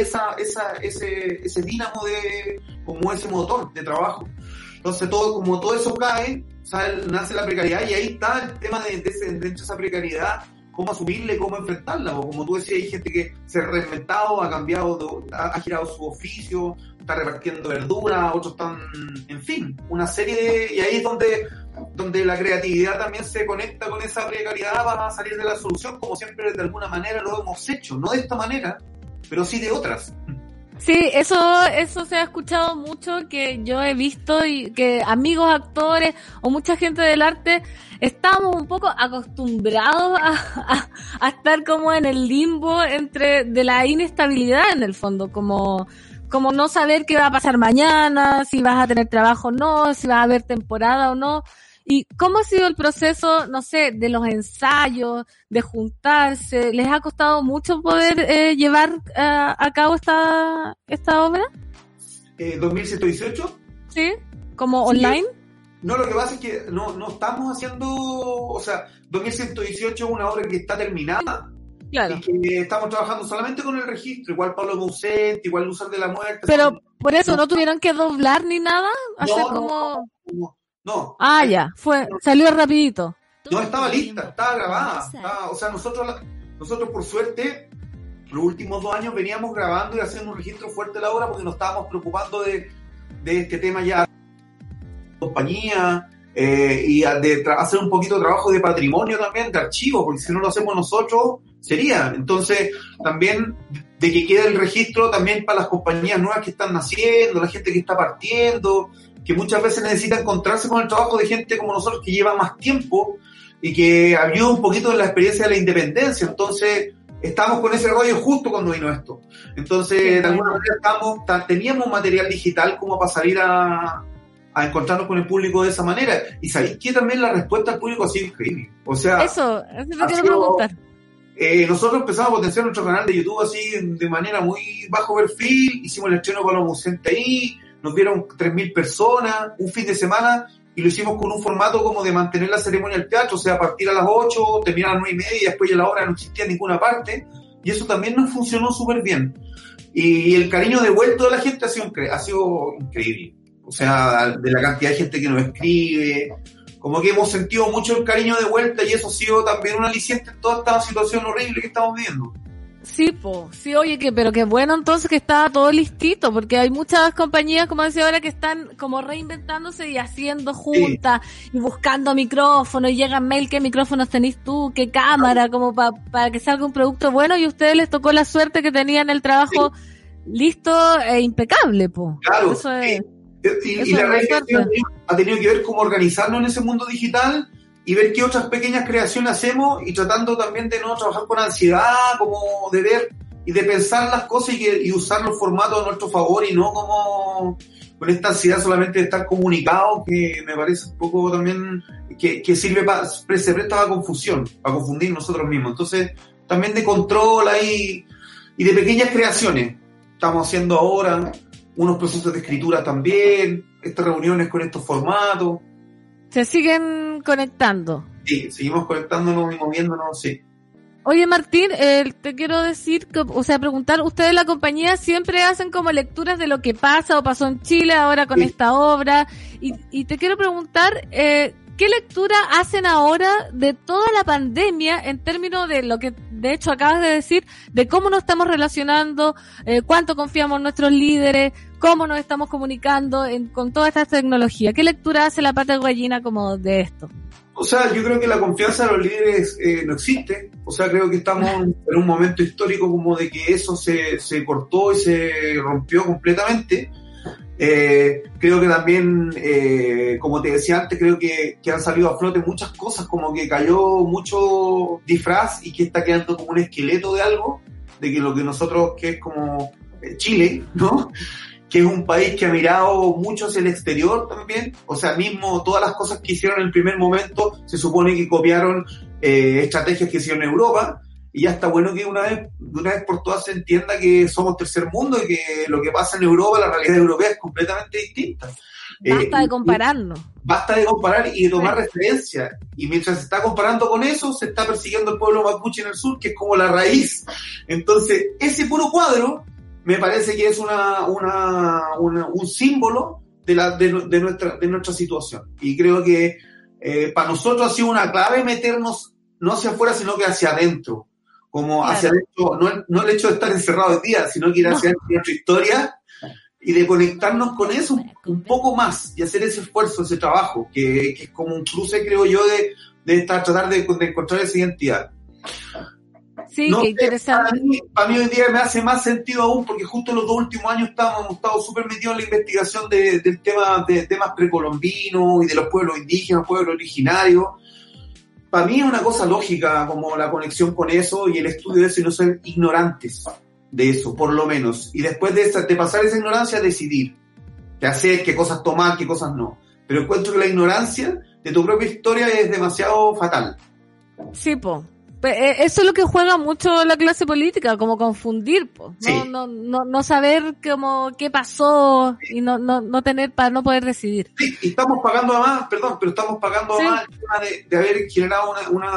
S6: ese dínamo como ese motor de trabajo. Entonces todo eso cae, nace la precariedad, y ahí está el tema de esa precariedad, cómo asumirla y cómo enfrentarla. O como tú decías, hay gente que se ha reinventado, ha cambiado, ha girado su oficio, está repartiendo verduras, otros están, en fin, una serie y ahí es donde la creatividad también se conecta con esa precariedad para salir de la solución, como siempre de alguna manera lo hemos hecho, no de esta manera, pero sí de otras.
S3: Sí, eso se ha escuchado mucho, que yo he visto, y que amigos actores o mucha gente del arte estamos un poco acostumbrados a estar como en el limbo de la inestabilidad, en el fondo, como no saber qué va a pasar mañana, si vas a tener trabajo o no, si vas a haber temporada o no. ¿Y cómo ha sido el proceso, no sé, de los ensayos, de juntarse? ¿Les ha costado mucho poder llevar a cabo esta obra?
S6: 2118.
S3: Sí, como online.
S6: No, lo que pasa es que no estamos haciendo, o sea, 2118 es una obra que está terminada.
S3: Claro.
S6: Y que estamos trabajando solamente con el registro, igual Pablo Moucent, igual Luzar de la Muerte.
S3: Pero por eso no tuvieron que doblar ni nada, hacer como...
S6: No.
S3: Ah, ya, salió rapidito.
S6: No, estaba lista, estaba grabada. O sea, nosotros por suerte, los últimos 2 años veníamos grabando y haciendo un registro fuerte de la obra porque nos estábamos preocupando de este tema ya compañía, y de hacer un poquito de trabajo de patrimonio también, de archivo, porque si no lo hacemos nosotros, sería. Entonces, también de que quede el registro también para las compañías nuevas que están naciendo, la gente que está partiendo, que muchas veces necesita encontrarse con el trabajo de gente como nosotros que lleva más tiempo y que ayuda un poquito en la experiencia de la independencia. Entonces, estamos con ese rollo justo cuando vino esto. Entonces, de alguna manera teníamos material digital como para salir a encontrarnos con el público de esa manera. Y sabéis que también la respuesta al público ha sido increíble. O sea,
S3: eso te quiero preguntar.
S6: Nosotros empezamos a potenciar nuestro canal de YouTube así de manera muy bajo perfil, hicimos el estreno con los Moucent ahí, nos vieron 3.000 personas, un fin de semana, y lo hicimos con un formato como de mantener la ceremonia del teatro, o sea, partir a las 8, terminar a las 9:30 y después ya la hora no existía en ninguna parte, y eso también nos funcionó súper bien. Y el cariño devuelto de la gente ha sido increíble. O sea, de la cantidad de gente que nos escribe, como que hemos sentido mucho el cariño de vuelta y eso ha sido también un aliciente en toda esta situación horrible que estamos viviendo.
S3: Sí, sí, oye, pero qué bueno entonces que estaba todo listito, porque hay muchas compañías, como decía ahora, que están como reinventándose y haciendo juntas y buscando micrófonos, y llegan mail, qué micrófonos tenés tú, qué cámara, como para que salga un producto bueno, y a ustedes les tocó la suerte que tenían el trabajo listo e impecable, po.
S6: Claro,
S3: eso es...
S6: Y la realidad ha tenido que ver cómo organizarnos en ese mundo digital y ver qué otras pequeñas creaciones hacemos, y tratando también de no trabajar con ansiedad, como de ver y de pensar las cosas y usar los formatos a nuestro favor, y no como con esta ansiedad solamente de estar comunicado, que me parece un poco también que sirve se presta para confusión, para confundir nosotros mismos. Entonces, también de control ahí y de pequeñas creaciones. Estamos haciendo ahora unos procesos de escritura también, estas reuniones con estos formatos.
S3: ¿Se siguen conectando?
S6: Sí, seguimos conectándonos y moviéndonos, sí.
S3: Oye, Martín, te quiero decir, preguntar, ustedes en la compañía siempre hacen como lecturas de lo que pasa o pasó en Chile ahora con esta obra, y te quiero preguntar, ¿qué lectura hacen ahora de toda la pandemia en términos de lo que de hecho acabas de decir, de cómo nos estamos relacionando, cuánto confiamos en nuestros líderes, cómo nos estamos comunicando con toda esta tecnología? ¿Qué lectura hace la pata de gallina como de esto?
S6: O sea, yo creo que la confianza de los líderes no existe. O sea, creo que estamos en un momento histórico como de que eso se cortó y se rompió completamente. Creo que también, como te decía antes, creo que han salido a flote muchas cosas, como que cayó mucho disfraz y que está quedando como un esqueleto de algo, de que lo que nosotros, que es como Chile, ¿no? Que es un país que ha mirado mucho hacia el exterior también. O sea, mismo todas las cosas que hicieron en el primer momento se supone que copiaron estrategias que hicieron en Europa, y ya está bueno que de una vez por todas se entienda que somos tercer mundo y que lo que pasa en Europa, la realidad europea es completamente distinta.
S3: Basta de compararnos.
S6: Basta de comparar y de tomar referencia. Y mientras se está comparando con eso, se está persiguiendo al pueblo mapuche en el sur, que es como la raíz. Entonces, ese puro cuadro me parece que es un símbolo de nuestra situación. Y creo que para nosotros ha sido una clave meternos no hacia afuera, sino que hacia adentro. Como hacia adentro, no el hecho de estar encerrado el día, sino que ir hacia adentro de nuestra historia y de conectarnos con eso un poco más y hacer ese esfuerzo, ese trabajo, que es como un cruce, creo yo, de tratar de encontrar esa identidad.
S3: Sí, qué interesante.
S6: Para mí hoy día me hace más sentido aún, porque justo en los 2 últimos años hemos estado súper metidos en la investigación del tema de temas precolombinos y de los pueblos indígenas, pueblos originarios. Para mí es una cosa lógica como la conexión con eso y el estudio de eso, y no ser ignorantes de eso, por lo menos. Y después de pasar esa ignorancia, decidir qué hacer, qué cosas tomar, qué cosas no. Pero encuentro que la ignorancia de tu propia historia es demasiado fatal.
S3: Sí, Eso es lo que juega mucho la clase política, como confundir, po.
S6: Sí.
S3: No saber como qué pasó y no tener para no poder decidir.
S6: Sí, y estamos pagando además, pero estamos pagando
S3: Sí.
S6: además el tema de haber generado una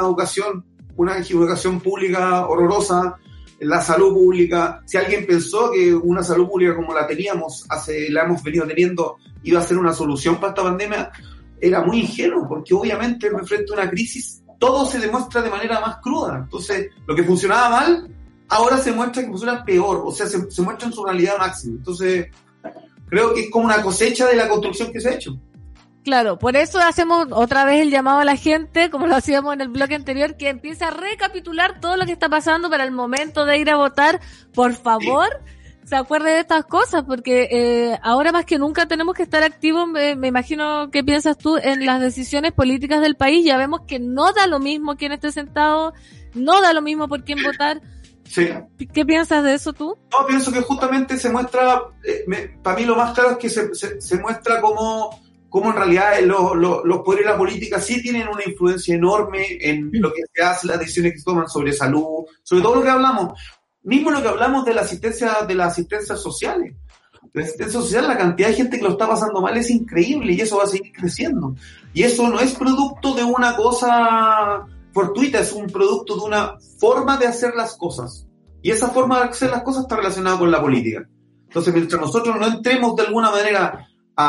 S6: educación pública horrorosa, la salud pública. Si alguien pensó que una salud pública como la teníamos, la hemos venido teniendo, iba a ser una solución para esta pandemia, era muy ingenuo, porque obviamente frente a una crisis todo se demuestra de manera más cruda. Entonces, lo que funcionaba mal, ahora se muestra que funciona peor, o sea, se muestra en su realidad máxima. Entonces, creo que es como una cosecha de la construcción que se ha hecho.
S3: Claro, por eso hacemos otra vez el llamado a la gente, como lo hacíamos en el bloque anterior, que empiece a recapitular todo lo que está pasando para el momento de ir a votar. Por favor, se acuerde de estas cosas, porque ahora más que nunca tenemos que estar activos. Me imagino que piensas tú en las decisiones políticas del país. Ya vemos que no da lo mismo quién esté sentado, no da lo mismo por quién votar.
S6: Sí.
S3: ¿Qué piensas de eso tú?
S6: No, pienso que justamente se muestra, para mí lo más claro es que se muestra como en realidad los poderes de la política sí tienen una influencia enorme en lo que se hace, las decisiones que se toman sobre salud, sobre todo lo que hablamos, mismo lo que hablamos de las asistencias sociales. La asistencia social, la cantidad de gente que lo está pasando mal es increíble y eso va a seguir creciendo. Y eso no es producto de una cosa fortuita, es un producto de una forma de hacer las cosas. Y esa forma de hacer las cosas está relacionada con la política. Entonces, mientras nosotros no entremos de alguna manera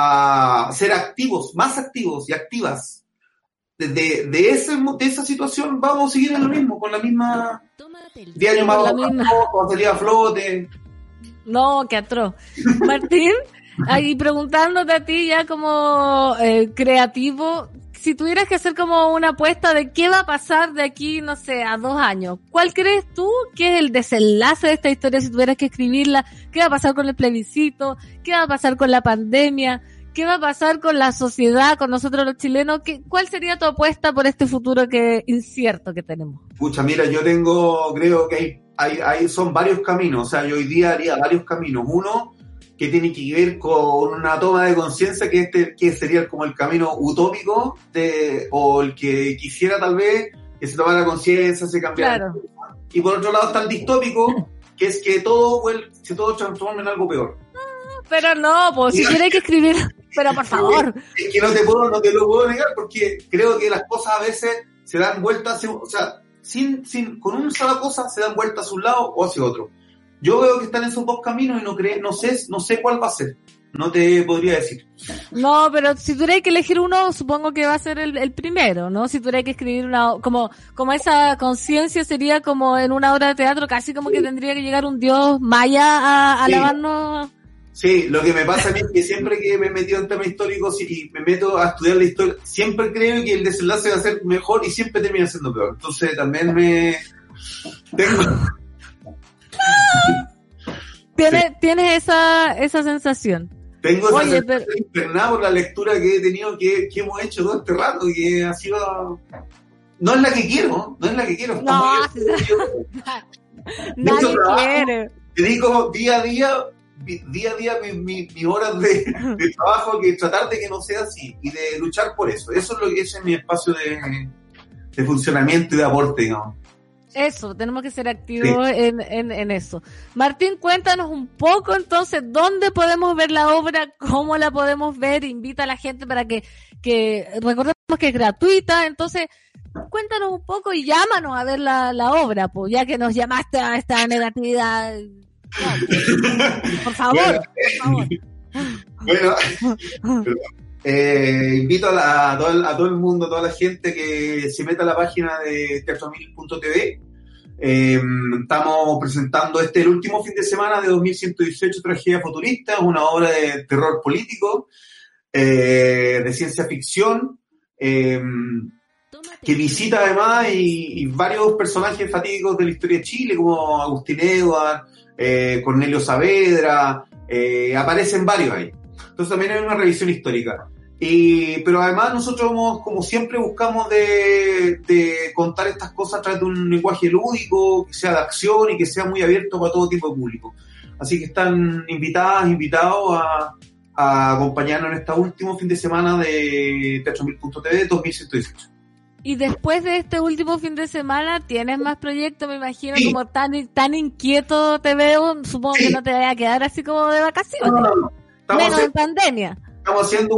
S6: a ser más activos y activas de esa situación, vamos a seguir en lo mismo, con la misma diario más bajo, salir a flote.
S3: No, qué atroz. Martín, ahí preguntándote a ti ya como creativo, si tuvieras que hacer como una apuesta de qué va a pasar de aquí, no sé, a 2 años, ¿cuál crees tú que es el desenlace de esta historia si tuvieras que escribirla? ¿Qué va a pasar con el plebiscito? ¿Qué va a pasar con la pandemia? ¿Qué va a pasar con la sociedad, con nosotros los chilenos? ¿Cuál sería tu apuesta por este futuro incierto que tenemos?
S6: Pucha, mira, creo que son varios caminos, o sea, yo hoy día haría varios caminos. Uno, que tiene que ver con una toma de conciencia, que sería como el camino utópico, o el que quisiera tal vez que se tomara conciencia, se cambiara.
S3: Claro.
S6: Y por otro lado está el distópico, que es que todo transforma en algo peor.
S3: Pero no, pues si tienes que escribir, pero por favor.
S6: Es que no te lo puedo negar, porque creo que las cosas a veces se dan vueltas, o sea, con una sola cosa se dan vueltas hacia un lado o hacia otro. Yo veo que están esos dos caminos y no sé cuál va a ser. No te podría decir.
S3: No, pero si tuvieras que elegir uno, supongo que va a ser el primero, ¿no? Si tuvieras que escribir como esa conciencia sería como en una obra de teatro, casi como que tendría que llegar un dios maya a lavarnos.
S6: Sí, lo que me pasa a mí es que siempre que me he metido en temas históricos y me meto a estudiar la historia, siempre creo que el desenlace va a ser mejor y siempre termina siendo peor. Entonces también
S3: ¿Tienes esa sensación?
S6: Tengo esa sensación internada por la lectura que he tenido, que hemos hecho todo este rato, que ha sido... No es la que quiero.
S3: Nadie quiere.
S6: Dedico día a día mis horas de trabajo, que tratar de que no sea así y de luchar por eso. Ese es mi espacio de funcionamiento y de aporte, digamos.
S3: Eso, tenemos que ser activos en eso. Martín, cuéntanos un poco entonces dónde podemos ver la obra, cómo la podemos ver, invita a la gente para que recordemos que es gratuita, entonces cuéntanos un poco y llámanos a ver la obra, pues ya que nos llamaste a esta negatividad. No, por favor.
S6: Bueno, invito a todo el mundo, a toda la gente que se meta a la página de teatromil.tv. Estamos presentando el último fin de semana de 2118 Tragedia Futurista, una obra de terror político, de ciencia ficción, que visita además y varios personajes fatídicos de la historia de Chile, como Agustín Edwards, Cornelio Saavedra, aparecen varios ahí. Entonces también hay una revisión histórica. Pero además nosotros como siempre buscamos de contar estas cosas a través de un lenguaje lúdico, que sea de acción y que sea muy abierto para todo tipo de público. Así que están invitados a acompañarnos en este último fin de semana de teatromil.tv 2118.
S3: Y después de este último fin de semana, ¿tienes más proyectos? Me imagino,
S6: Sí.
S3: como tan inquieto te veo, supongo
S6: Sí.
S3: que no te vaya a quedar así como de vacaciones.
S6: No.
S3: Menos en pandemia.
S6: Estamos haciendo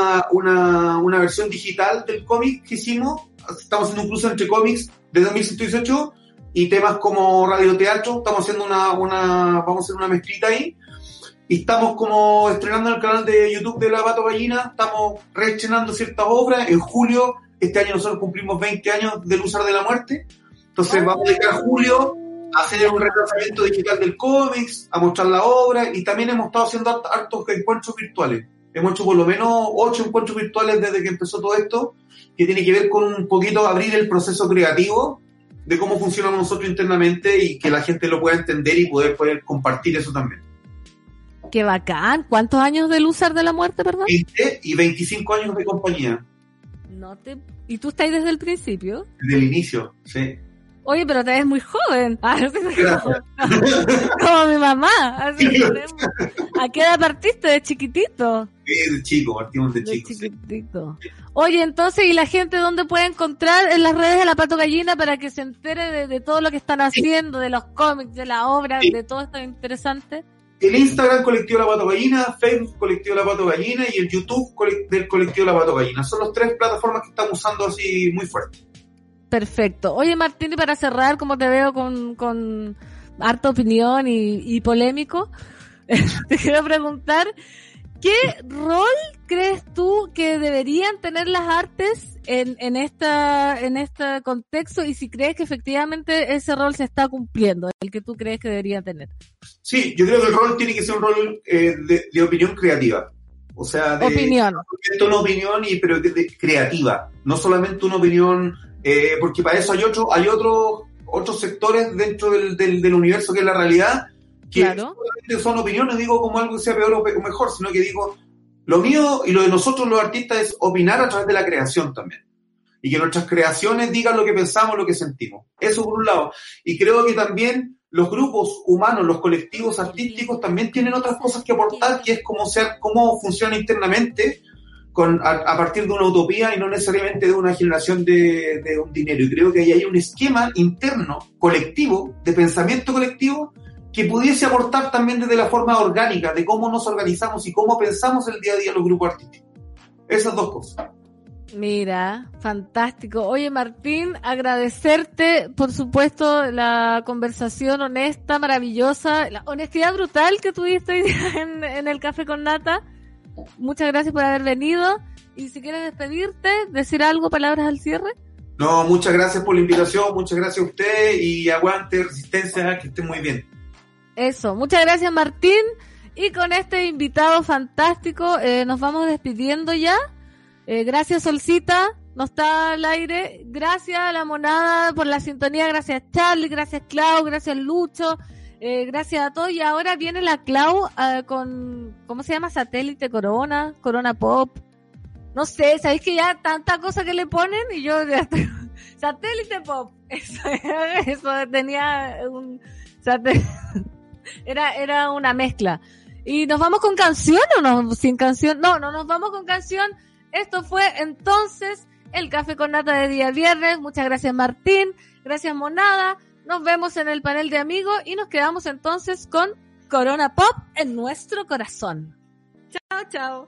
S6: una versión digital del cómic que hicimos. Estamos haciendo un cruce entre cómics de 2118 y temas como radioteatro. Estamos haciendo vamos a hacer una mezclita ahí. Y estamos como estrenando en el canal de YouTube de La Pato Gallina. Estamos reestrenando ciertas obras. En julio, este año nosotros cumplimos 20 años del Usar de la Muerte. Entonces vamos a dedicar julio a hacer un relanzamiento digital del cómics, a mostrar la obra, y también hemos estado haciendo hartos encuentros virtuales. Hemos hecho por lo menos 8 encuentros virtuales desde que empezó todo esto, que tiene que ver con un poquito abrir el proceso creativo de cómo funcionamos nosotros internamente y que la gente lo pueda entender y poder compartir eso también.
S3: Qué bacán. ¿Cuántos años del Usar de la Muerte, perdón?
S6: 20 y 25 años de compañía,
S3: ¿Y tú estás desde el principio?
S6: desde el inicio, sí.
S3: Oye, pero te ves muy joven.
S6: Gracias.
S3: Como mi mamá. Así que ¿a qué edad partiste? ¿De chiquitito?
S6: De chico, partimos de
S3: De
S6: chicos. Sí.
S3: chiquitito. Oye, entonces, ¿y la gente dónde puede encontrar en las redes de La Pato Gallina para que se entere de todo lo que están haciendo, de los cómics, de la obra,
S6: Sí.
S3: de todo esto interesante?
S6: El Instagram Colectivo La Pato Gallina, Facebook Colectivo La Pato Gallina y el YouTube del Colectivo La Pato Gallina. Son las 3 plataformas que estamos usando así muy fuerte.
S3: Perfecto. Oye, Martín, y para cerrar, como te veo con harta opinión y polémico, te quiero preguntar, ¿qué rol crees tú que deberían tener las artes en este contexto, y si crees que efectivamente ese rol se está cumpliendo, el que tú crees que debería tener?
S6: Sí, yo creo que el rol tiene que ser un rol de opinión creativa. O sea,
S3: Opinión.
S6: una opinión, pero creativa. No solamente una opinión, porque para eso hay otros sectores dentro del universo que es la realidad, que
S3: Claro.
S6: solamente son opiniones, digo como algo que sea peor o mejor, sino que digo, lo mío y lo de nosotros los artistas es opinar a través de la creación también. Y que nuestras creaciones digan lo que pensamos, lo que sentimos. Eso por un lado. Y creo que también los grupos humanos, los colectivos artísticos también tienen otras cosas que aportar, que es cómo funciona internamente a partir de una utopía y no necesariamente de una generación de un dinero. Y creo que ahí hay un esquema interno, colectivo, de pensamiento colectivo, que pudiese aportar también desde la forma orgánica, de cómo nos organizamos y cómo pensamos el día a día los grupos artísticos. Esas dos cosas.
S3: Mira, fantástico. Oye, Martín, agradecerte, por supuesto, la conversación honesta, maravillosa, la honestidad brutal que tuviste hoy día en el Café con Nata. Muchas gracias por haber venido. Y si quieres despedirte, decir algo, palabras al cierre.
S6: No, muchas gracias por la invitación, muchas gracias a usted y aguante, resistencia, que esté muy bien.
S3: Eso, muchas gracias, Martín. Y con este invitado fantástico nos vamos despidiendo ya. Gracias, Solcita, no está al aire. Gracias a La Monada por la sintonía. Gracias, Charlie. Gracias, Clau. Gracias, Lucho. Gracias a todos. Y ahora viene la Clau con, ¿cómo se llama? Satélite Corona, Corona Pop. No sé, ¿sabéis que ya tanta cosa que le ponen? Y yo ya estoy... Satélite Pop. Eso tenía un... Era una mezcla. ¿Y nos vamos con canción o no? Sin canción. No nos vamos con canción. Esto fue entonces el Café con Nata de día viernes. Muchas gracias, Martín. Gracias, Monada. Nos vemos en el panel de amigos y nos quedamos entonces con Corona Pop en nuestro corazón. Chao, chao.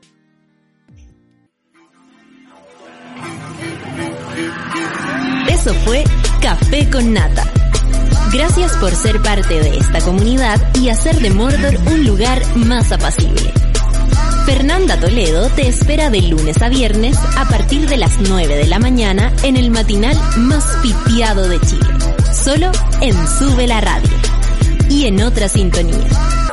S1: Eso fue Café con Nata. Gracias por ser parte de esta comunidad y hacer de Mordor un lugar más apacible. Fernanda Toledo te espera de lunes a viernes a partir de las 9 de la mañana en el matinal más pitiado de Chile. Solo en Sube la Radio. Y en otra sintonía.